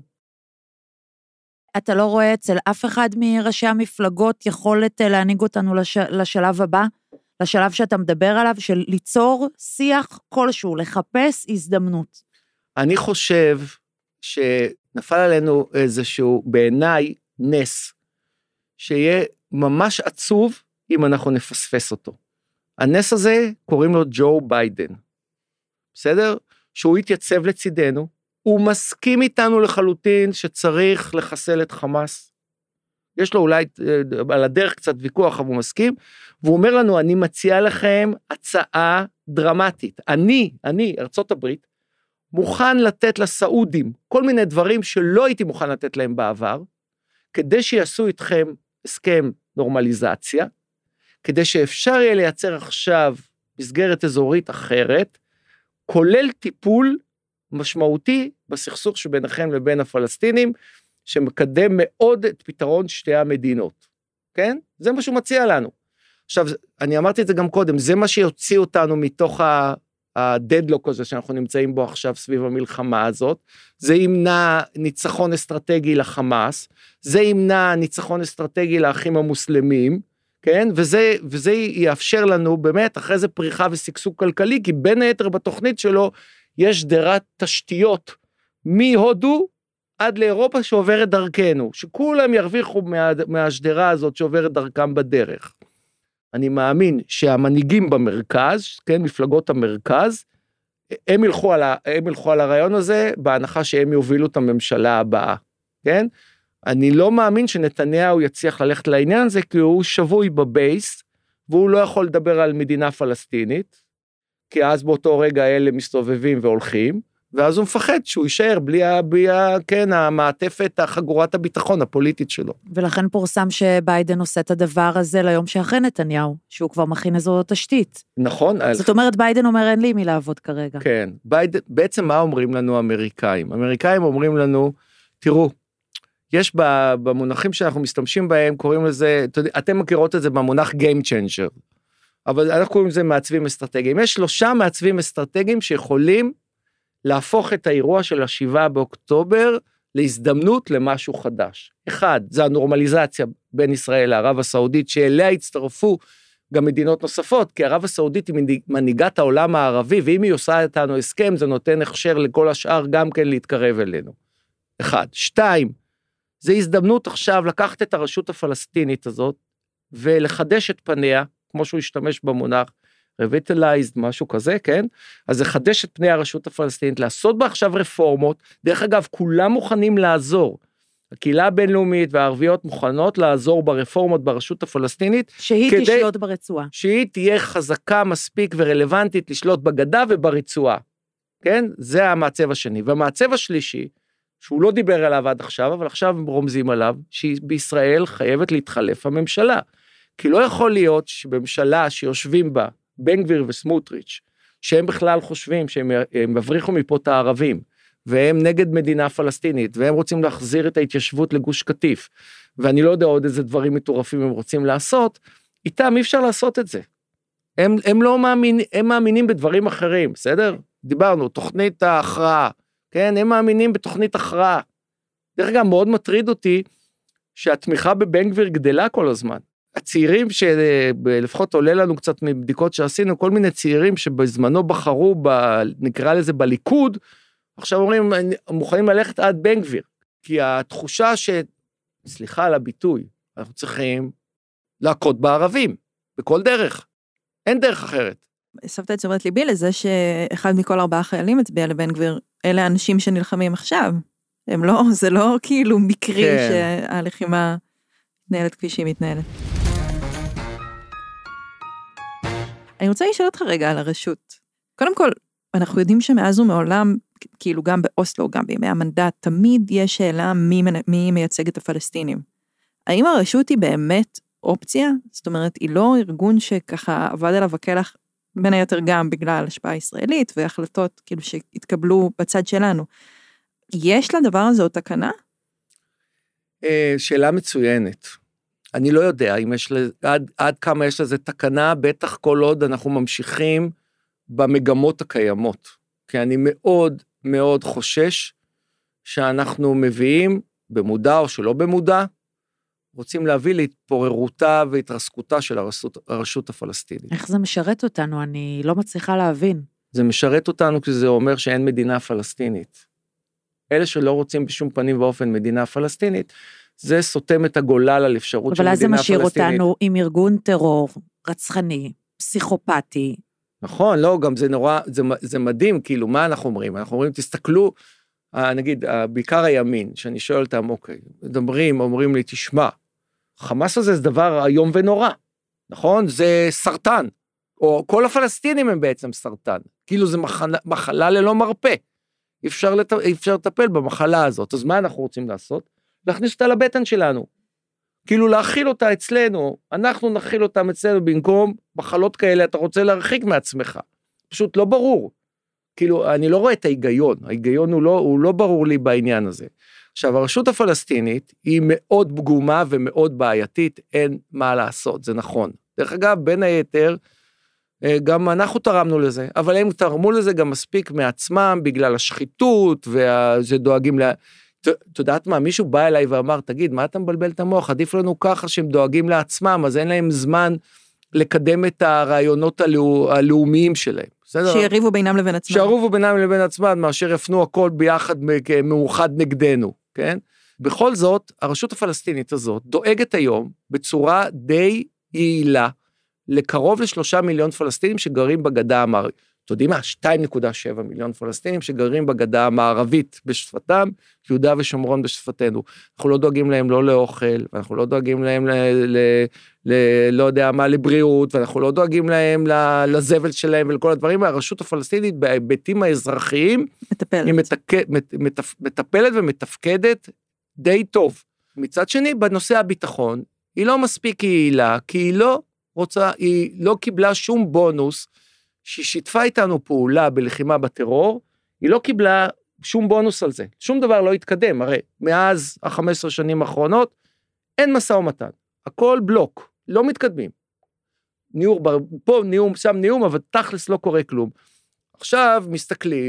אתה לא רואה אצל אף אחד מראשי המפלגות יכולת להנהיג אותנו לש... לשלב הבא, לשלב שאתה מדבר עליו, של ליצור שיח כלשהו, לחפש הזדמנות. אני חושב שנפל עלינו איזשהו, בעיניי, נס, שיהיה ממש עצוב אם אנחנו נפספס אותו. הנס הזה קוראים לו ג'ו ביידן. בסדר? שהוא יתייצב לצידנו, הוא מסכים איתנו לחלוטין שצריך לחסל את חמאס. יש לו אולי על הדרך קצת ויכוח, אבל הוא מסכים, והוא אומר לנו, אני מציע לכם הצעה דרמטית. אני, אני, ארצות הברית, מוכן לתת לסעודים כל מיני דברים שלא הייתי מוכן לתת להם בעבר, כדי שיעשו איתכם הסכם נורמליזציה, כדי שאפשר יהיה לייצר עכשיו מסגרת אזורית אחרת, כולל טיפול משמעותי בסכסוך שביניכם לבין הפלסטינים, שמקדם מאוד את פתרון שתי המדינות. כן? זה מה שהוא מציע לנו. עכשיו, אני אמרתי את זה גם קודם, זה מה שיוציא אותנו מתוך הדדלוק הזה שאנחנו נמצאים בו עכשיו סביב המלחמה הזאת, זה ימנע ניצחון אסטרטגי לחמאס, זה ימנע ניצחון אסטרטגי לאחים המוסלמים, כן? וזה, וזה יאפשר לנו באמת אחרי זה פריחה וסגסוג כלכלי, כי בין היתר בתוכנית שלו יש שדרת תשתיות מהודו עד לאירופה שעוברת דרכנו, שכולם ירוויחו מה, מהשדרה הזאת שעוברת דרכם בדרך. אני מאמין שהמנהיגים במרכז, כן, מפלגות המרכז, הם ילכו על, ה, הם ילכו על הרעיון הזה, בהנחה שהם יובילו את הממשלה הבאה, כן? אני לא מאמין שנתניהו יצליח ללכת לעניין הזה, כי הוא שבוי בבייס, והוא לא יכול לדבר על מדינה פלסטינית, כי אז באותו רגע אלה מסתובבים והולכים, ואז הוא מפחד שהוא יישאר בלי, בלי כן, המעטפת, החגורת הביטחון הפוליטית שלו. ולכן פורסם שביידן עושה את הדבר הזה ליום שאחרי נתניהו, שהוא כבר מכין איזו תשתית. נכון. זאת אומרת, ביידן אומר, אין לי מי לעבוד כרגע. כן, ביידן, בעצם מה אומרים לנו האמריקאים? האמריקאים אומרים לנו, תראו, יש במונחים שאנחנו משתמשים בהם, קוראים לזה, אתם מכירות את זה במונח Game Changer, אבל אנחנו קוראים לזה מעצבים אסטרטגיים. יש שלושה מעצבים אסטרטגיים שיכולים להפוך את האירוע של השבעה באוקטובר להזדמנות למשהו חדש. אחד, זה הנורמליזציה בין ישראל לערב הסעודית, שאליה הצטרפו גם מדינות נוספות, כי ערב הסעודית היא מנהיגת העולם הערבי, ואם היא עושה איתנו הסכם, זה נותן הכשר לכל השאר גם כן להתקרב אלינו. אחד. שתיים, זה הזדמנות עכשיו לקחת את הרשות הפלסטינית הזאת, ולחדש את פניה, כמו שהוא השתמש במונח, revitalized, משהו כזה, כן? אז לחדש את פני הרשות הפלסטינית, לעשות בה עכשיו רפורמות, דרך אגב, כולם מוכנים לעזור. הקהילה הבינלאומית והערביות מוכנות לעזור ברפורמות ברשות הפלסטינית, שהיא כדי, תשלוט ברצועה. שהיא תהיה חזקה מספיק ורלוונטית לשלוט בגדה וברצועה. כן? זה המעצב השני. והמעצב השלישי, שהוא לא דיבר עליו עד עכשיו, אבל עכשיו רומזים עליו, שבישראל חייבת להתחלף הממשלה. כי לא יכול להיות שבממשלה שיושבים בה, בן גביר וסמוטריץ', שהם בכלל חושבים שהם מבריחו מפה את הערבים, והם נגד מדינה פלסטינית, והם רוצים להחזיר את ההתיישבות לגוש קטיף, ואני לא יודע עוד איזה דברים מטורפים הם רוצים לעשות, איתם אי אפשר לעשות את זה. הם, הם לא מאמינים, הם מאמינים בדברים אחרים, בסדר? דיברנו, תוכנית ההכרעה, כן? הם מאמינים בתוכנית הכרעה. דרך אגב, מאוד מטריד אותי, שהתמיכה בבן גביר גדלה כל הזמן. הצעירים שלפחות עולה לנו קצת מבדיקות שעשינו, כל מיני צעירים שבזמנו בחרו, ב, נקרא לזה בליכוד, עכשיו אומרים, מוכנים ללכת עד בן גביר, כי התחושה ש... סליחה על הביטוי, אנחנו צריכים להכות בערבים, בכל דרך. אין דרך אחרת. הסבת את תשומת ליבי לזה שאחד מכל ארבעה חיילים מצביע לבן גביר, אלה האנשים שנלחמים עכשיו. הם לא, זה לא כאילו מקרי כן. שהלחימה מתנהלת כפי שהיא מתנהלת. אני רוצה לשאול אותך רגע על הרשות. קודם כל, אנחנו יודעים שמאז ומעולם, כאילו גם באוסלו, גם בימי המנדט, תמיד יש שאלה מי, מי מייצג את הפלסטינים. האם הרשות היא באמת אופציה? זאת אומרת, היא לא ארגון שככה עבד עליו הכלח, בין היתר גם בגלל השפעה ישראלית, והחלטות כאילו שהתקבלו בצד שלנו. יש לדבר הזה או תקנה? שאלה מצוינת. אני לא יודע אם יש לזה, עד, עד כמה יש לזה תקנה, בטח כל עוד אנחנו ממשיכים במגמות הקיימות, כי אני מאוד מאוד חושש שאנחנו מביאים, במודע או שלא במודע, רוצים להביא להתפוררותה והתרסקותה של הרשות, הרשות הפלסטינית. איך זה משרת אותנו? אני לא מצליחה להבין. זה משרת אותנו כי זה אומר שאין מדינה פלסטינית. אלה שלא רוצים בשום פנים ואופן מדינה פלסטינית, זה סותם את הגולל על אפשרות של מדינה פלסטינית. אבל אז זה משאיר אותנו עם ארגון טרור רצחני, פסיכופתי. נכון, לא, גם זה נורא, זה, זה מדהים, כאילו, מה אנחנו אומרים? אנחנו אומרים, תסתכלו, נגיד, בעיקר הימין, שאני שואל אותם, אוקיי, מדברים, אומרים לי, תשמע, חמאס הזה זה דבר היום ונורא, נכון? זה סרטן, או כל הפלסטינים הם בעצם סרטן, כאילו זה מחלה, מחלה ללא מרפא, אי אפשר, לת... אי אפשר לטפל במחלה הזאת, אז מה אנחנו רוצים לעשות? להכניס אותה לבטן שלנו, כאילו להכיל אותה אצלנו, אנחנו נכיל אותם אצלנו, במקום מחלות כאלה אתה רוצה להרחיק מעצמך, פשוט לא ברור, כאילו אני לא רואה את ההיגיון, ההיגיון הוא לא, הוא לא ברור לי בעניין הזה. עכשיו הרשות הפלסטינית היא מאוד פגומה ומאוד בעייתית, אין מה לעשות, זה נכון. דרך אגב, בין היתר, גם אנחנו תרמנו לזה, אבל הם תרמו לזה גם מספיק מעצמם, בגלל השחיתות, וזה דואגים לה... את יודעת מה, מישהו בא אליי ואמר, תגיד, מה אתה מבלבל את המוח? עדיף לנו ככה שהם דואגים לעצמם, אז אין להם זמן לקדם את הרעיונות הלאו, הלאומיים שלהם. בסדר? שיריבו בינם לבין עצמם. שיריבו בינם לבין עצמם, מאשר יפנו הכל ביחד, מאוחד נגדנו, כן? בכל זאת, הרשות הפלסטינית הזאת דואגת היום בצורה די יעילה, לקרוב לשלושה מיליון פלסטינים שגרים בגדה המערבית. אתם יודעים מה? שתיים נקודה שבע מיליון פלסטינים שגרים בגדה המערבית בשפתם, יהודה ושומרון בשפתנו. אנחנו לא דואגים להם לא לאוכל, ואנחנו לא דואגים להם ל, ל, ל, לא יודע מה, לבריאות, ואנחנו לא דואגים להם לזבל שלהם ולכל הדברים. הרשות הפלסטינית בהיבטים האזרחיים, מטפלת. היא מתק, מת, מטפ, מטפלת ומתפקדת די טוב. מצד שני, בנושא הביטחון, היא לא מספיק יעילה, כי היא לא רוצה, היא לא קיבלה שום בונוס, שהיא שיתפה איתנו פעולה בלחימה בטרור, היא לא קיבלה שום בונוס על זה, שום דבר לא התקדם, הרי מאז ה-חמש עשרה שנים האחרונות, אין משא ומתן, הכל בלוק, לא מתקדמים, ניעור, פה ניעום, שם ניעום, אבל תכלס לא קורה כלום, עכשיו מסתכלים,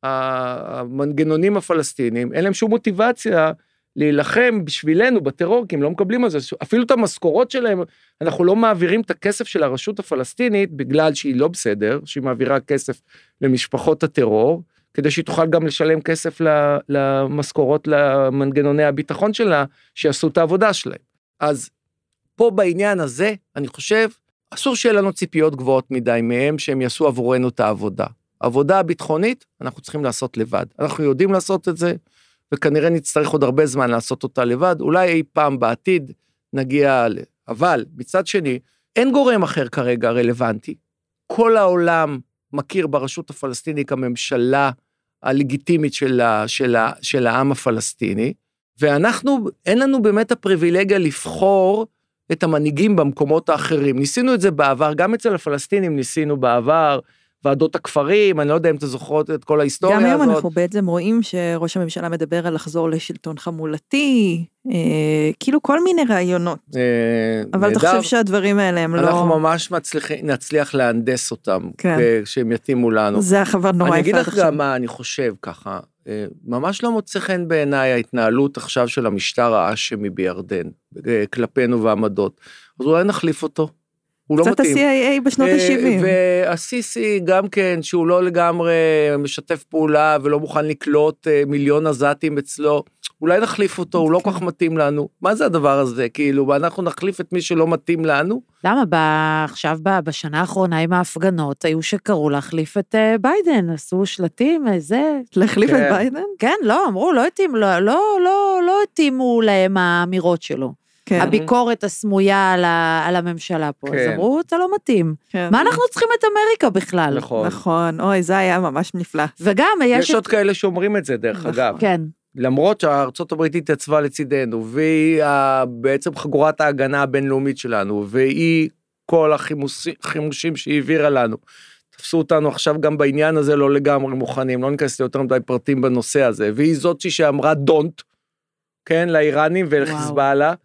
המנגנונים הפלסטינים, אין להם שום מוטיבציה, להילחם בשבילנו בטרור, כי הם לא מקבלים על זה, אפילו את המשכורות שלהם, אנחנו לא מעבירים את הכסף של הרשות הפלסטינית, בגלל שהיא לא בסדר, שהיא מעבירה כסף למשפחות הטרור, כדי שהיא תוכל גם לשלם כסף למשכורות, למנגנוני הביטחון שלה, שיעשו את העבודה שלהם. אז פה בעניין הזה, אני חושב, אסור שיהיה לנו ציפיות גבוהות מדי מהם, שהם יעשו עבורנו את העבודה. העבודה הביטחונית, אנחנו צריכים לעשות לבד. אנחנו יודעים לעשות את זה, וכנראה נצטרך עוד הרבה זמן לעשות אותה לבד, אולי אי פעם בעתיד נגיע ל... אבל מצד שני, אין גורם אחר כרגע רלוונטי, כל העולם מכיר ברשות הפלסטינית כממשלה הלגיטימית של, ה... של, ה... של העם הפלסטיני, ואנחנו, אין לנו באמת הפריבילגיה לבחור את המנהיגים במקומות האחרים, ניסינו את זה בעבר, גם אצל הפלסטינים ניסינו בעבר, ועדות הכפרים, אני לא יודע אם אתה זוכרות את כל ההיסטוריה הזאת. גם היום אנחנו בעצם רואים שראש הממשלה מדבר על לחזור לשלטון חמולתי, אה, כאילו כל מיני רעיונות. אה, אבל נדע, אתה חושב שהדברים האלה הם אנחנו לא... אנחנו ממש מצליח, נצליח להנדס אותם, כן. כשהם יתאימו לנו. זה החבר נורא יפה. אני אגיד לך גם מה אני חושב ככה, אה, ממש לא מוצא חן בעיניי ההתנהלות עכשיו של המשטר האשמי בירדן, אה, כלפינו ועמדות. אז אולי נחליף אותו. קצת ה-סי איי איי בשנות ה-שבעים. וה-סיסי גם כן, שהוא לא לגמרי משתף פעולה, ולא מוכן לקלוט מיליון עזתים אצלו, אולי נחליף אותו, הוא לא כל כך מתאים לנו. מה זה הדבר הזה? כאילו, ואנחנו נחליף את מי שלא מתאים לנו? למה? עכשיו, בשנה האחרונה עם ההפגנות, היו שקראו להחליף את ביידן, עשו שלטים, זה... להחליף את ביידן? כן, לא, אמרו, לא התאימו, לא, לא, לא התאימו להם האמירות שלו. כן. הביקורת הסמויה על, ה, על הממשלה פה, כן. אז אמרו, אתה לא מתאים. כן. מה אנחנו צריכים את אמריקה בכלל? נכון. נכון, אוי, זה היה ממש נפלא. וגם יש... יש עוד את... כאלה שאומרים את זה, דרך נכון. אגב. כן. למרות שהארצות הברית התייצבה לצידנו, והיא בעצם חגורת ההגנה הבינלאומית שלנו, והיא כל החימושים שהיא העבירה לנו. תפסו אותנו עכשיו גם בעניין הזה לא לגמרי מוכנים, לא נכנס לי יותר מדי פרטים בנושא הזה, והיא זאת שאמרה דונט, כן, לאיראנים ולחיזבאללה,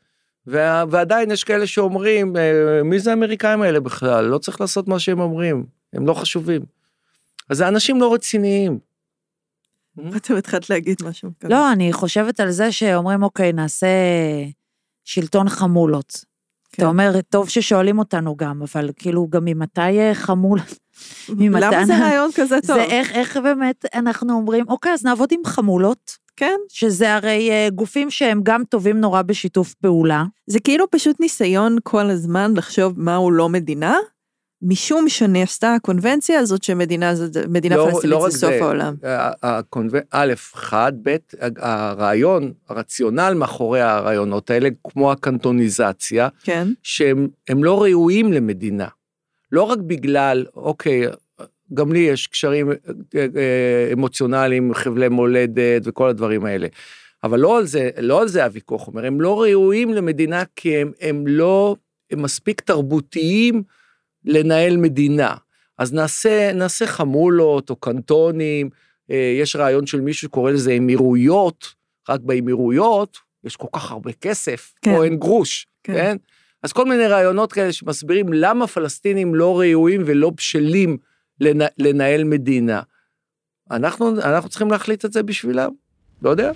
ועדיין יש כאלה שאומרים, מי זה האמריקאים האלה בכלל? לא צריך לעשות מה שהם אומרים, הם לא חשובים. אז זה אנשים לא רציניים. אתם התחלת להגיד משהו כזה. לא, אני חושבת על זה שאומרים, אוקיי, נעשה שלטון חמולות. אתה אומר, טוב ששואלים אותנו גם, אבל כאילו גם ממתי חמולות? למה זה רעיון כזה טוב? זה איך, איך באמת אנחנו אומרים, אוקיי, אז נעבוד עם חמולות. כן. שזה הרי גופים שהם גם טובים נורא בשיתוף פעולה. זה כאילו פשוט ניסיון כל הזמן לחשוב מהו לא מדינה, משום שנעשתה הקונבנציה הזאת שמדינה מדינה לא, פלסטינית לא זה סוף זה. העולם. הקונבנ... א', אחד, ב', הרעיון, הרציונל מאחורי הרעיונות האלה, כמו הקנטוניזציה, כן. שהם לא ראויים למדינה. לא רק בגלל, אוקיי, גם לי יש קשרים אמוציונליים, חבלי מולדת וכל הדברים האלה. אבל לא על זה, לא על זה הוויכוח אומר, הם לא ראויים למדינה כי הם, הם לא, הם מספיק תרבותיים לנהל מדינה. אז נעשה, נעשה חמולות או קנטונים, יש רעיון של מישהו שקורא לזה אמירויות, רק באמירויות יש כל כך הרבה כסף, כן. או אין גרוש, כן. כן? אז כל מיני רעיונות כאלה שמסבירים למה פלסטינים לא ראויים ולא בשלים לנהל מדינה. אנחנו, אנחנו צריכים להחליט את זה בשבילם, לא יודע.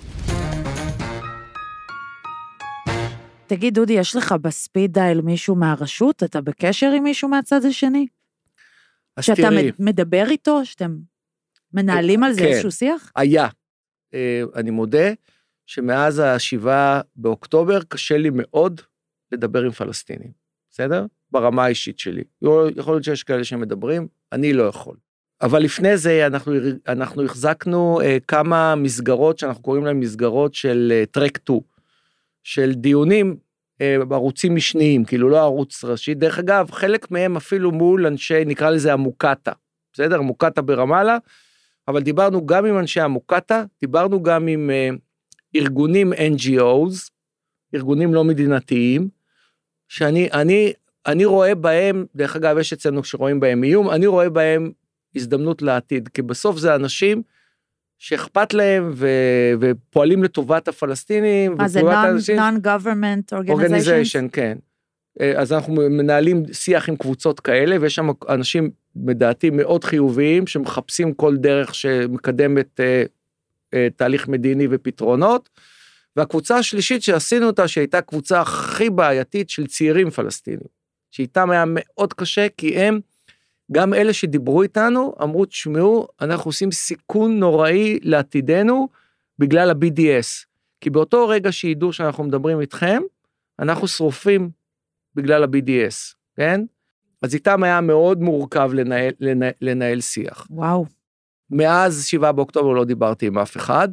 תגיד, דודי, יש לך בספיד דייל מישהו מהרשות? אתה בקשר עם מישהו מהצד השני? שאתה מדבר איתו? שאתם מנהלים על זה איזשהו שיח? היה. אני מודה שמאז השבעה באוקטובר קשה לי מאוד לדבר עם פלסטינים. בסדר? ברמה האישית שלי. יכול להיות שיש כאלה שמדברים, אני לא יכול. אבל לפני זה אנחנו, אנחנו החזקנו כמה מסגרות, שאנחנו קוראים להן מסגרות של טרק שתיים, של דיונים בערוצים משניים, כאילו לא ערוץ ראשי. דרך אגב, חלק מהם אפילו מול אנשי, נקרא לזה המוקטה. בסדר? המוקטה ברמאללה, אבל דיברנו גם עם אנשי המוקטה, דיברנו גם עם ארגונים אן ג'י או'ס, ארגונים לא מדינתיים, שאני אני, אני רואה בהם, דרך אגב, יש אצלנו שרואים בהם איום, אני רואה בהם הזדמנות לעתיד, כי בסוף זה אנשים שאכפת להם ו, ופועלים לטובת הפלסטינים. מה זה non-government organization? כן. אז אנחנו מנהלים שיח עם קבוצות כאלה, ויש שם אנשים מדעתי מאוד חיוביים, שמחפשים כל דרך שמקדמת אה, אה, תהליך מדיני ופתרונות, והקבוצה השלישית שעשינו אותה, שהייתה קבוצה הכי בעייתית של צעירים פלסטינים, שאיתם היה מאוד קשה, כי הם, גם אלה שדיברו איתנו, אמרו, תשמעו, אנחנו עושים סיכון נוראי לעתידנו, בגלל ה-בי די אס, כי באותו רגע שידעו שאנחנו מדברים איתכם, אנחנו שרופים בגלל ה-בי די אס, כן? אז איתם היה מאוד מורכב לנהל, לנהל, לנהל שיח. וואו. מאז שבעה באוקטובר לא דיברתי עם אף אחד,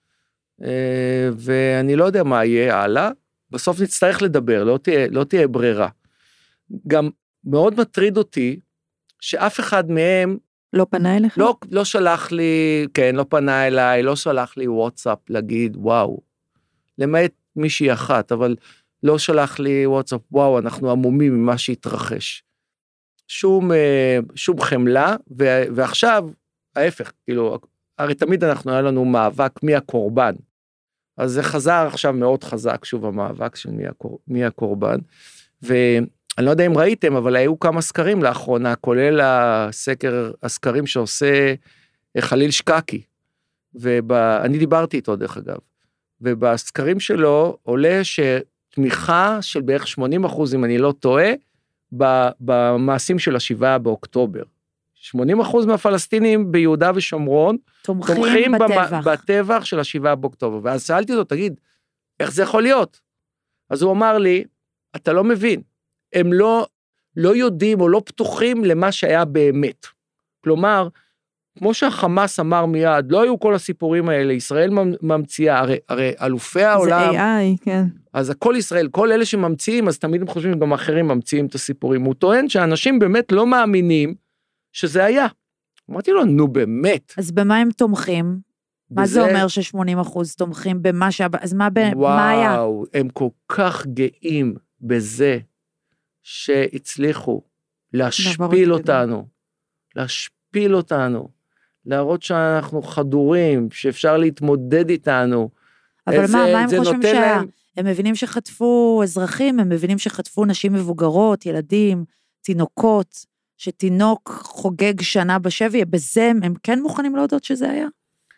ואני לא יודע מה יהיה הלאה, בסוף נצטרך לדבר, לא תהיה, לא תהיה ברירה. גם מאוד מטריד אותי, שאף אחד מהם, לא פנה אליך? לא, לא שלח לי, כן, לא פנה אליי, לא שלח לי וואטסאפ להגיד, וואו, למעט מישהי אחת, אבל לא שלח לי וואטסאפ, וואו, אנחנו עמומים ממה שהתרחש. שום, שום חמלה, ועכשיו, ההפך, כאילו, הרי תמיד אנחנו, היה לנו מאבק מי הקורבן, אז זה חזר עכשיו מאוד חזק, שוב המאבק של מי, הקור, מי הקורבן, ואני לא יודע אם ראיתם, אבל היו כמה סקרים לאחרונה, כולל הסקר, הסקרים שעושה חליל שקקי, ואני דיברתי איתו דרך אגב, ובסקרים שלו עולה שתמיכה של בערך שמונים אחוז, אם אני לא טועה, במעשים של השבעה באוקטובר. שמונים אחוז מהפלסטינים ביהודה ושומרון, תומכים, תומכים בטבח. בטבח של השבעה באוקטובר, ואז שאלתי אותו, תגיד, איך זה יכול להיות? אז הוא אמר לי, אתה לא מבין, הם לא, לא יודעים או לא פתוחים למה שהיה באמת. כלומר, כמו שהחמאס אמר מיד, לא היו כל הסיפורים האלה, ישראל ממציאה, הרי, הרי אלופי העולם, זה איי איי, כן. אז הכל ישראל, כל אלה שממציאים, אז תמיד הם חושבים, גם אחרים ממציאים את הסיפורים, הוא טוען שאנשים באמת לא מאמינים, שזה היה. אמרתי לו, נו באמת. אז במה הם תומכים? בזה... מה זה אומר ש-שמונים אחוז תומכים במה ש... אז מה, ב... מה היה? וואו, הם כל כך גאים בזה, שהצליחו להשפיל אותנו, להשפיל אותנו, להראות שאנחנו חדורים, שאפשר להתמודד איתנו. אבל זה, מה, מה הם זה חושבים נותן שה... להם... הם מבינים שחטפו אזרחים, הם מבינים שחטפו נשים מבוגרות, ילדים, תינוקות, שתינוק חוגג שנה בשבי, בזה הם כן מוכנים להודות שזה היה?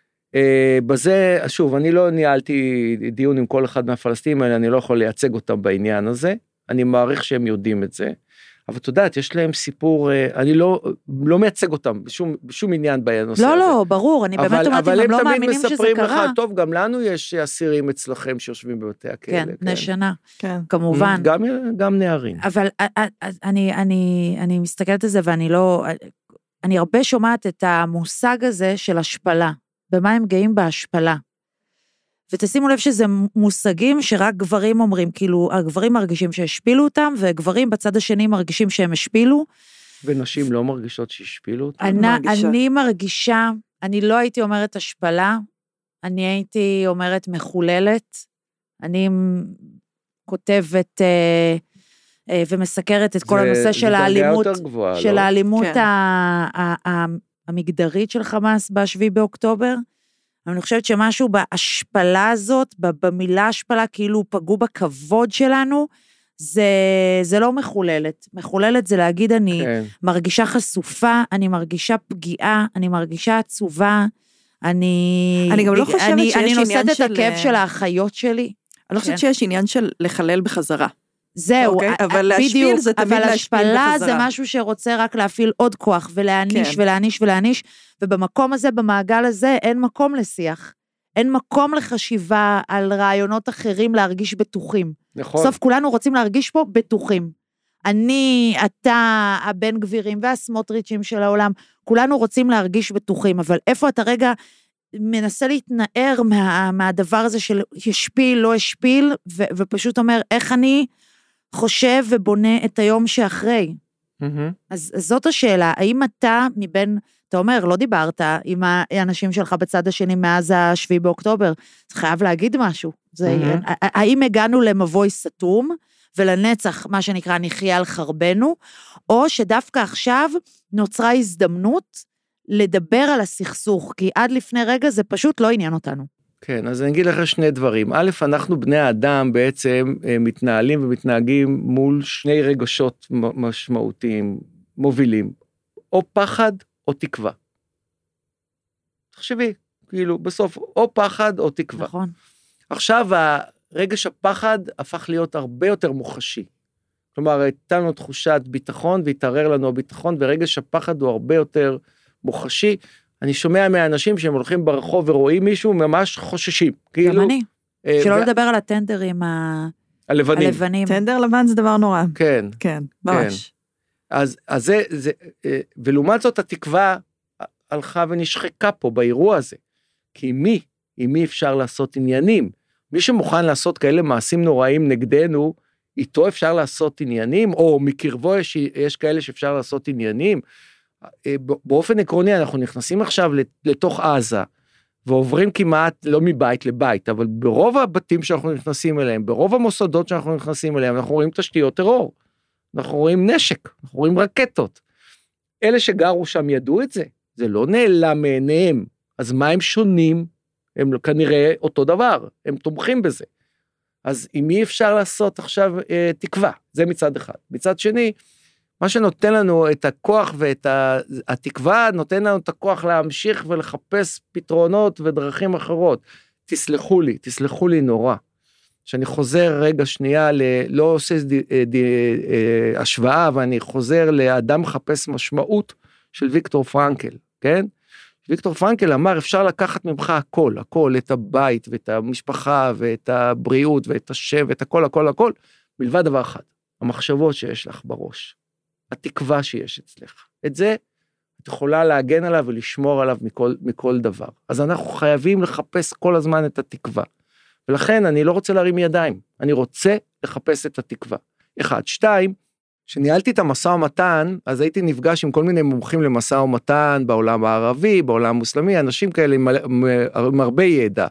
בזה, שוב, אני לא ניהלתי דיון עם כל אחד מהפלסטינים האלה, אני לא יכול לייצג אותם בעניין הזה, אני מעריך שהם יודעים את זה, אבל אתה יודעת, יש להם סיפור, אני לא, לא מייצג אותם בשום, בשום עניין בנושא לא, הזה. לא, ברור, אני באמת אומרת, אם הם לא מאמינים שזה קרה. אבל הם תמיד מספרים לך, טוב, גם לנו יש אסירים אצלכם שיושבים בבתי הכלא. כן, בני שנה, כן. כמובן. גם, גם נערים. אבל אני, אני, אני מסתכלת על זה ואני לא, אני הרבה שומעת את המושג הזה של השפלה, במה הם גאים בהשפלה. ותשימו לב שזה מושגים שרק גברים אומרים, כאילו הגברים מרגישים שהשפילו אותם, וגברים בצד השני מרגישים שהם השפילו. ונשים לא מרגישות שהשפילו אותם? אני, אני מרגישה, אני לא הייתי אומרת השפלה, אני הייתי אומרת מחוללת, אני כותבת אה, אה, ומסקרת את כל הנושא של האלימות, גבוהה, של לא? האלימות כן. ה, ה, ה, המגדרית של חמאס בשביעי באוקטובר, אבל אני חושבת שמשהו בהשפלה הזאת, במילה השפלה, כאילו פגעו בכבוד שלנו, זה, זה לא מחוללת. מחוללת זה להגיד, אני כן. מרגישה חשופה, אני מרגישה פגיעה, אני מרגישה עצובה, אני... אני גם לא חושבת אני, שיש אני עניין של... אני נושאת את הכאב של האחיות שלי. אני לא חושבת כן. שיש עניין של לחלל בחזרה. זהו, אוקיי? אבל להשפיל בדיוק, זה תמיד אבל להשפיל בחזרה. השפלה זה משהו שרוצה רק להפעיל עוד כוח, ולהניש כן. ולהניש ולהניש, ובמקום הזה, במעגל הזה, אין מקום לשיח. אין מקום לחשיבה על רעיונות אחרים להרגיש בטוחים. נכון. בסוף כולנו רוצים להרגיש פה בטוחים. אני, אתה, הבן גבירים והסמוטריצ'ים של העולם, כולנו רוצים להרגיש בטוחים, אבל איפה אתה רגע מנסה להתנער מה, מהדבר הזה של ישפיל, לא ישפיל, ו, ופשוט אומר, איך אני חושב ובונה את היום שאחרי. Mm-hmm. אז, אז זאת השאלה, האם אתה מבין, אתה אומר, לא דיברת עם האנשים שלך בצד השני מאז השביעי באוקטובר, זה חייב להגיד משהו. זה, mm-hmm. האם הגענו למבוי סתום, ולנצח, מה שנקרא, נחיה על חרבנו, או שדווקא עכשיו נוצרה הזדמנות לדבר על הסכסוך, כי עד לפני רגע זה פשוט לא עניין אותנו. כן, אז אני אגיד לך שני דברים. א', אנחנו בני האדם בעצם מתנהלים ומתנהגים מול שני רגשות משמעותיים, מובילים, או פחד או תקווה. תחשבי, כאילו בסוף, או פחד או תקווה. נכון. עכשיו הרגש הפחד הפך להיות הרבה יותר מוחשי. כלומר, הייתה לנו תחושת ביטחון והתערער לנו הביטחון, ורגש הפחד הוא הרבה יותר מוחשי. אני שומע מהאנשים שהם הולכים ברחוב ורואים מישהו, ממש חוששים. גם כאילו, אני. אה, שלא ו... לדבר על הטנדרים ה... הלבנים. הלבנים. טנדר לבן זה דבר נורא. כן. כן, ממש. כן. אז, אז זה, זה, ולעומת זאת התקווה הלכה ונשחקה פה באירוע הזה. כי מי, עם מי אפשר לעשות עניינים? מי שמוכן לעשות כאלה מעשים נוראים נגדנו, איתו אפשר לעשות עניינים, או מקרבו יש, יש כאלה שאפשר לעשות עניינים. באופן עקרוני אנחנו נכנסים עכשיו לתוך עזה, ועוברים כמעט לא מבית לבית, אבל ברוב הבתים שאנחנו נכנסים אליהם, ברוב המוסדות שאנחנו נכנסים אליהם, אנחנו רואים תשתיות טרור, אנחנו רואים נשק, אנחנו רואים רקטות. אלה שגרו שם ידעו את זה, זה לא נעלם מעיניהם, אז מה הם שונים? הם כנראה אותו דבר, הם תומכים בזה. אז אם מי אפשר לעשות עכשיו אה, תקווה, זה מצד אחד. מצד שני, מה שנותן לנו את הכוח ואת התקווה, נותן לנו את הכוח להמשיך ולחפש פתרונות ודרכים אחרות. תסלחו לי, תסלחו לי נורא. שאני חוזר רגע שנייה, ל, לא עושה די, די, השוואה, ואני חוזר לאדם מחפש משמעות של ויקטור פרנקל, כן? ויקטור פרנקל אמר, אפשר לקחת ממך הכל, הכל, את הבית ואת המשפחה ואת הבריאות ואת השם ואת הכל, הכל, הכל, מלבד דבר אחד, המחשבות שיש לך בראש. התקווה שיש אצלך. את זה את יכולה להגן עליו ולשמור עליו מכל, מכל דבר. אז אנחנו חייבים לחפש כל הזמן את התקווה. ולכן אני לא רוצה להרים ידיים, אני רוצה לחפש את התקווה. אחד, שתיים, כשניהלתי את המשא ומתן, אז הייתי נפגש עם כל מיני מומחים למשא ומתן, בעולם הערבי, בעולם המוסלמי, אנשים כאלה עם, עם הרבה ידע.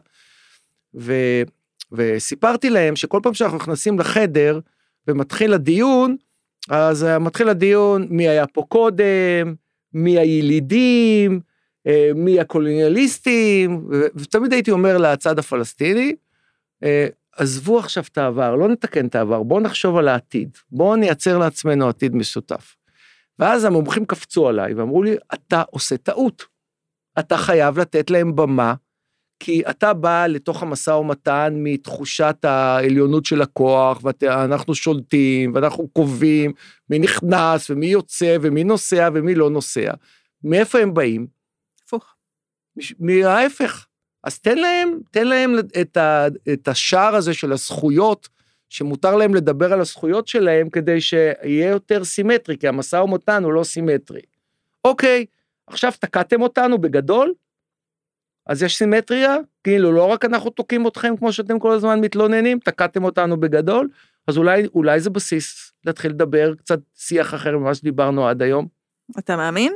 ו, וסיפרתי להם שכל פעם שאנחנו נכנסים לחדר, ומתחיל הדיון, אז מתחיל הדיון, מי היה פה קודם, מי הילידים, מי הקולוניאליסטים, ותמיד הייתי אומר לצד הפלסטיני, עזבו עכשיו את העבר, לא נתקן את העבר, בואו נחשוב על העתיד, בואו נייצר לעצמנו עתיד משותף. ואז המומחים קפצו עליי ואמרו לי, אתה עושה טעות, אתה חייב לתת להם במה, כי אתה בא לתוך המשא ומתן מתחושת העליונות של הכוח, ואנחנו שולטים, ואנחנו קובעים, מי נכנס, ומי יוצא, ומי נוסע, ומי לא נוסע. מאיפה הם באים? הפוך. מההפך. אז תן להם, תן להם את, ה, את השער הזה של הזכויות, שמותר להם לדבר על הזכויות שלהם, כדי שיהיה יותר סימטרי, כי המשא ומתן הוא לא סימטרי. אוקיי, עכשיו תקעתם אותנו בגדול, אז יש סימטריה, כאילו לא רק אנחנו תוקעים אתכם, כמו שאתם כל הזמן מתלוננים, תקעתם אותנו בגדול, אז אולי, אולי זה בסיס, להתחיל לדבר קצת שיח אחר ממה שדיברנו עד היום. אתה מאמין?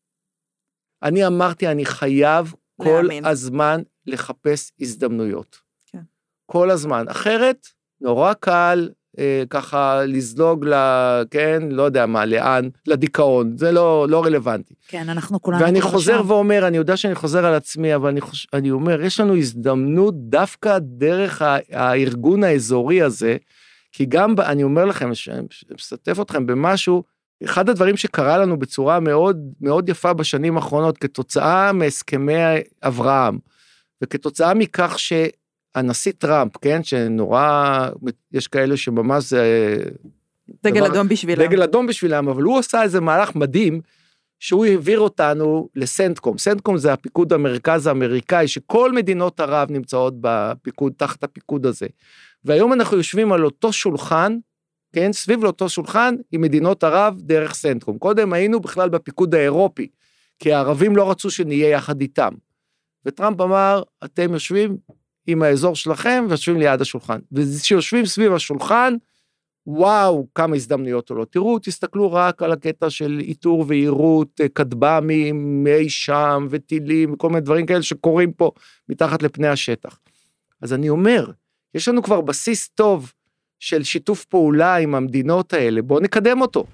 אני אמרתי, אני חייב כל הזמן לחפש הזדמנויות. כן. כל הזמן. אחרת, נורא קל, אה, ככה לזלוג ל... כן, לא יודע מה, לאן, לדיכאון. זה לא, לא רלוונטי. כן, אנחנו כולנו... ואני חוזר שם. ואומר, אני יודע שאני חוזר על עצמי, אבל אני, חוש... אני אומר, יש לנו הזדמנות דווקא דרך הארגון האזורי הזה, כי גם, אני אומר לכם, אני משתף אתכם במשהו, אחד הדברים שקרה לנו בצורה מאוד, מאוד יפה בשנים האחרונות, כתוצאה מהסכמי אברהם, וכתוצאה מכך שהנשיא טראמפ, כן, שנורא, יש כאלה שממש זה... דגל אדום בשבילם. דגל אדום בשבילם, אבל הוא עשה איזה מהלך מדהים, שהוא העביר אותנו לסנטקום. סנטקום זה הפיקוד המרכז האמריקאי, שכל מדינות ערב נמצאות בפיקוד, תחת הפיקוד הזה. והיום אנחנו יושבים על אותו שולחן, כן, סביב לאותו שולחן, עם מדינות ערב דרך סנטקום. קודם היינו בכלל בפיקוד האירופי, כי הערבים לא רצו שנהיה יחד איתם. וטראמפ אמר, אתם יושבים עם האזור שלכם, ויושבים ליד השולחן. וכשיושבים סביב השולחן, וואו, כמה הזדמנויות עולות. תראו, תסתכלו רק על הקטע של איתור ועירות, כטב"מים, מי שם וטילים, וכל מיני דברים כאלה שקורים פה מתחת לפני השטח. אז אני אומר, יש לנו כבר בסיס טוב של שיתוף פעולה עם המדינות האלה, בואו נקדם אותו.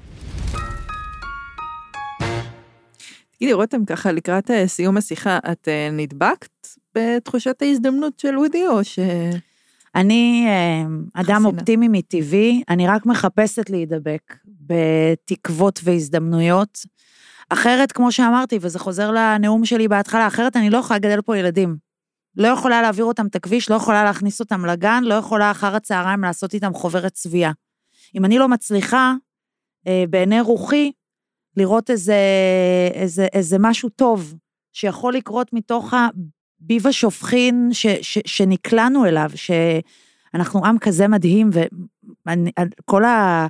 תגידי, רותם, ככה לקראת סיום השיחה, את נדבקת בתחושת ההזדמנות של וודי, או ש... אני אדם אופטימי מטבעי, אני רק מחפשת להידבק בתקוות והזדמנויות, אחרת, כמו שאמרתי, וזה חוזר לנאום שלי בהתחלה, אחרת אני לא יכולה לגדל פה ילדים, לא יכולה להעביר אותם את הכביש, לא יכולה להכניס אותם לגן, לא יכולה אחר הצהריים לעשות איתם חוברת צביעה. אם אני לא מצליחה, בעיני רוחי, לראות איזה, איזה, איזה משהו טוב, שיכול לקרות מתוך הביב השופכין ש, ש, שנקלענו אליו, שאנחנו עם כזה מדהים, וכל ה,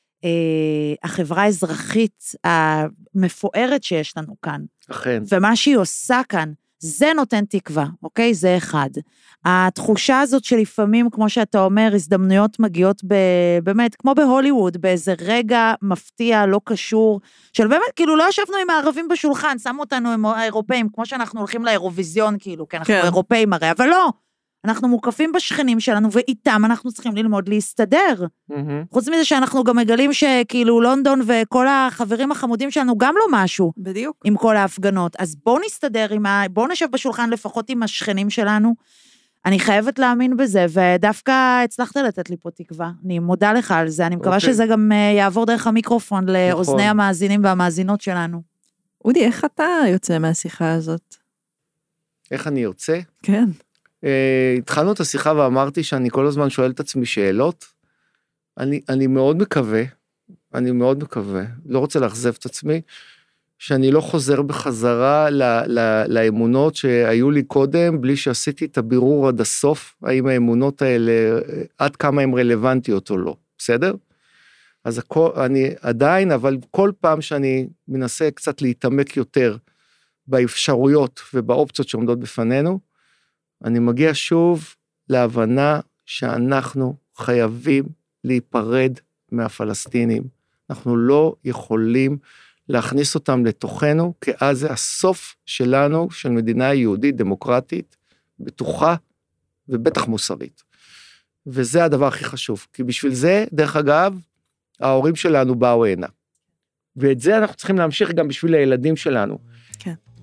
החברה האזרחית המפוארת שיש לנו כאן, אכן. ומה שהיא עושה כאן, זה נותן תקווה, אוקיי? זה אחד. התחושה הזאת שלפעמים, כמו שאתה אומר, הזדמנויות מגיעות ב, באמת, כמו בהוליווד, באיזה רגע מפתיע, לא קשור, של באמת, כאילו לא ישבנו עם הערבים בשולחן, שמו אותנו עם האירופאים, כמו שאנחנו הולכים לאירוויזיון, כאילו, כי אנחנו כן. אירופאים הרי, אבל לא, אנחנו מוקפים בשכנים שלנו, ואיתם אנחנו צריכים ללמוד להסתדר. Mm-hmm. חוץ מזה שאנחנו גם מגלים שכאילו לונדון וכל החברים החמודים שלנו גם לא משהו. בדיוק. עם כל ההפגנות. אז בואו נסתדר עם ה... בואו נשב בשולחן לפחות עם השכנים שלנו. אני חייבת להאמין בזה, ודווקא הצלחת לתת לי פה תקווה. אני מודה לך על זה. אני מקווה okay. שזה גם יעבור דרך המיקרופון לאוזני נכון. המאזינים והמאזינות שלנו. אודי, איך אתה יוצא מהשיחה הזאת? איך אני יוצא? כן. Uh, התחלנו את השיחה ואמרתי שאני כל הזמן שואל את עצמי שאלות, אני, אני מאוד מקווה, אני מאוד מקווה, לא רוצה לאכזב את עצמי, שאני לא חוזר בחזרה ל, ל, לאמונות שהיו לי קודם, בלי שעשיתי את הבירור עד הסוף, האם האמונות האלה, עד כמה הן רלוונטיות או לא, בסדר? אז הכל, אני עדיין, אבל כל פעם שאני מנסה קצת להתעמק יותר, באפשרויות ובאופציות שעומדות בפנינו, אני מגיע שוב להבנה שאנחנו חייבים להיפרד מהפלסטינים. אנחנו לא יכולים להכניס אותם לתוכנו, כי אז זה הסוף שלנו, של מדינה יהודית, דמוקרטית, בטוחה ובטח מוסרית. וזה הדבר הכי חשוב, כי בשביל זה, דרך אגב, ההורים שלנו באו הנה. ואת זה אנחנו צריכים להמשיך גם בשביל הילדים שלנו. כן.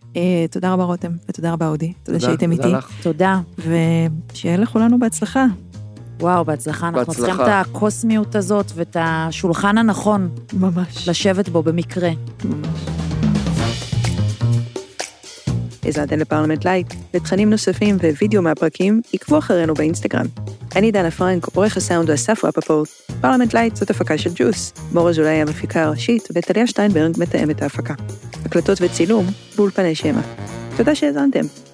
תודה רבה רותם, ותודה רבה אודי. תודה שהייתם איתי. תודה. ושיהיה לכולנו בהצלחה. וואו, בהצלחה. אנחנו צריכים את הקוסמיות הזאת ואת השולחן הנכון. ממש. לשבת בו במקרה. ממש. הזעתם לפרלמנט לייט, לתכנים נוספים ווידאו מהפרקים, עקבו אחרינו באינסטגרם. אני דנה פרנק, עורך הסאונד ואסף רפפורט. פרלמנט לייט זאת הפקה של ג'וס. מור אזולאי המפיקה הראשית, וטליה שטיינברג מתאמת ההפקה. הקלטות וצילום באולפני שמע. תודה שהאזנתם.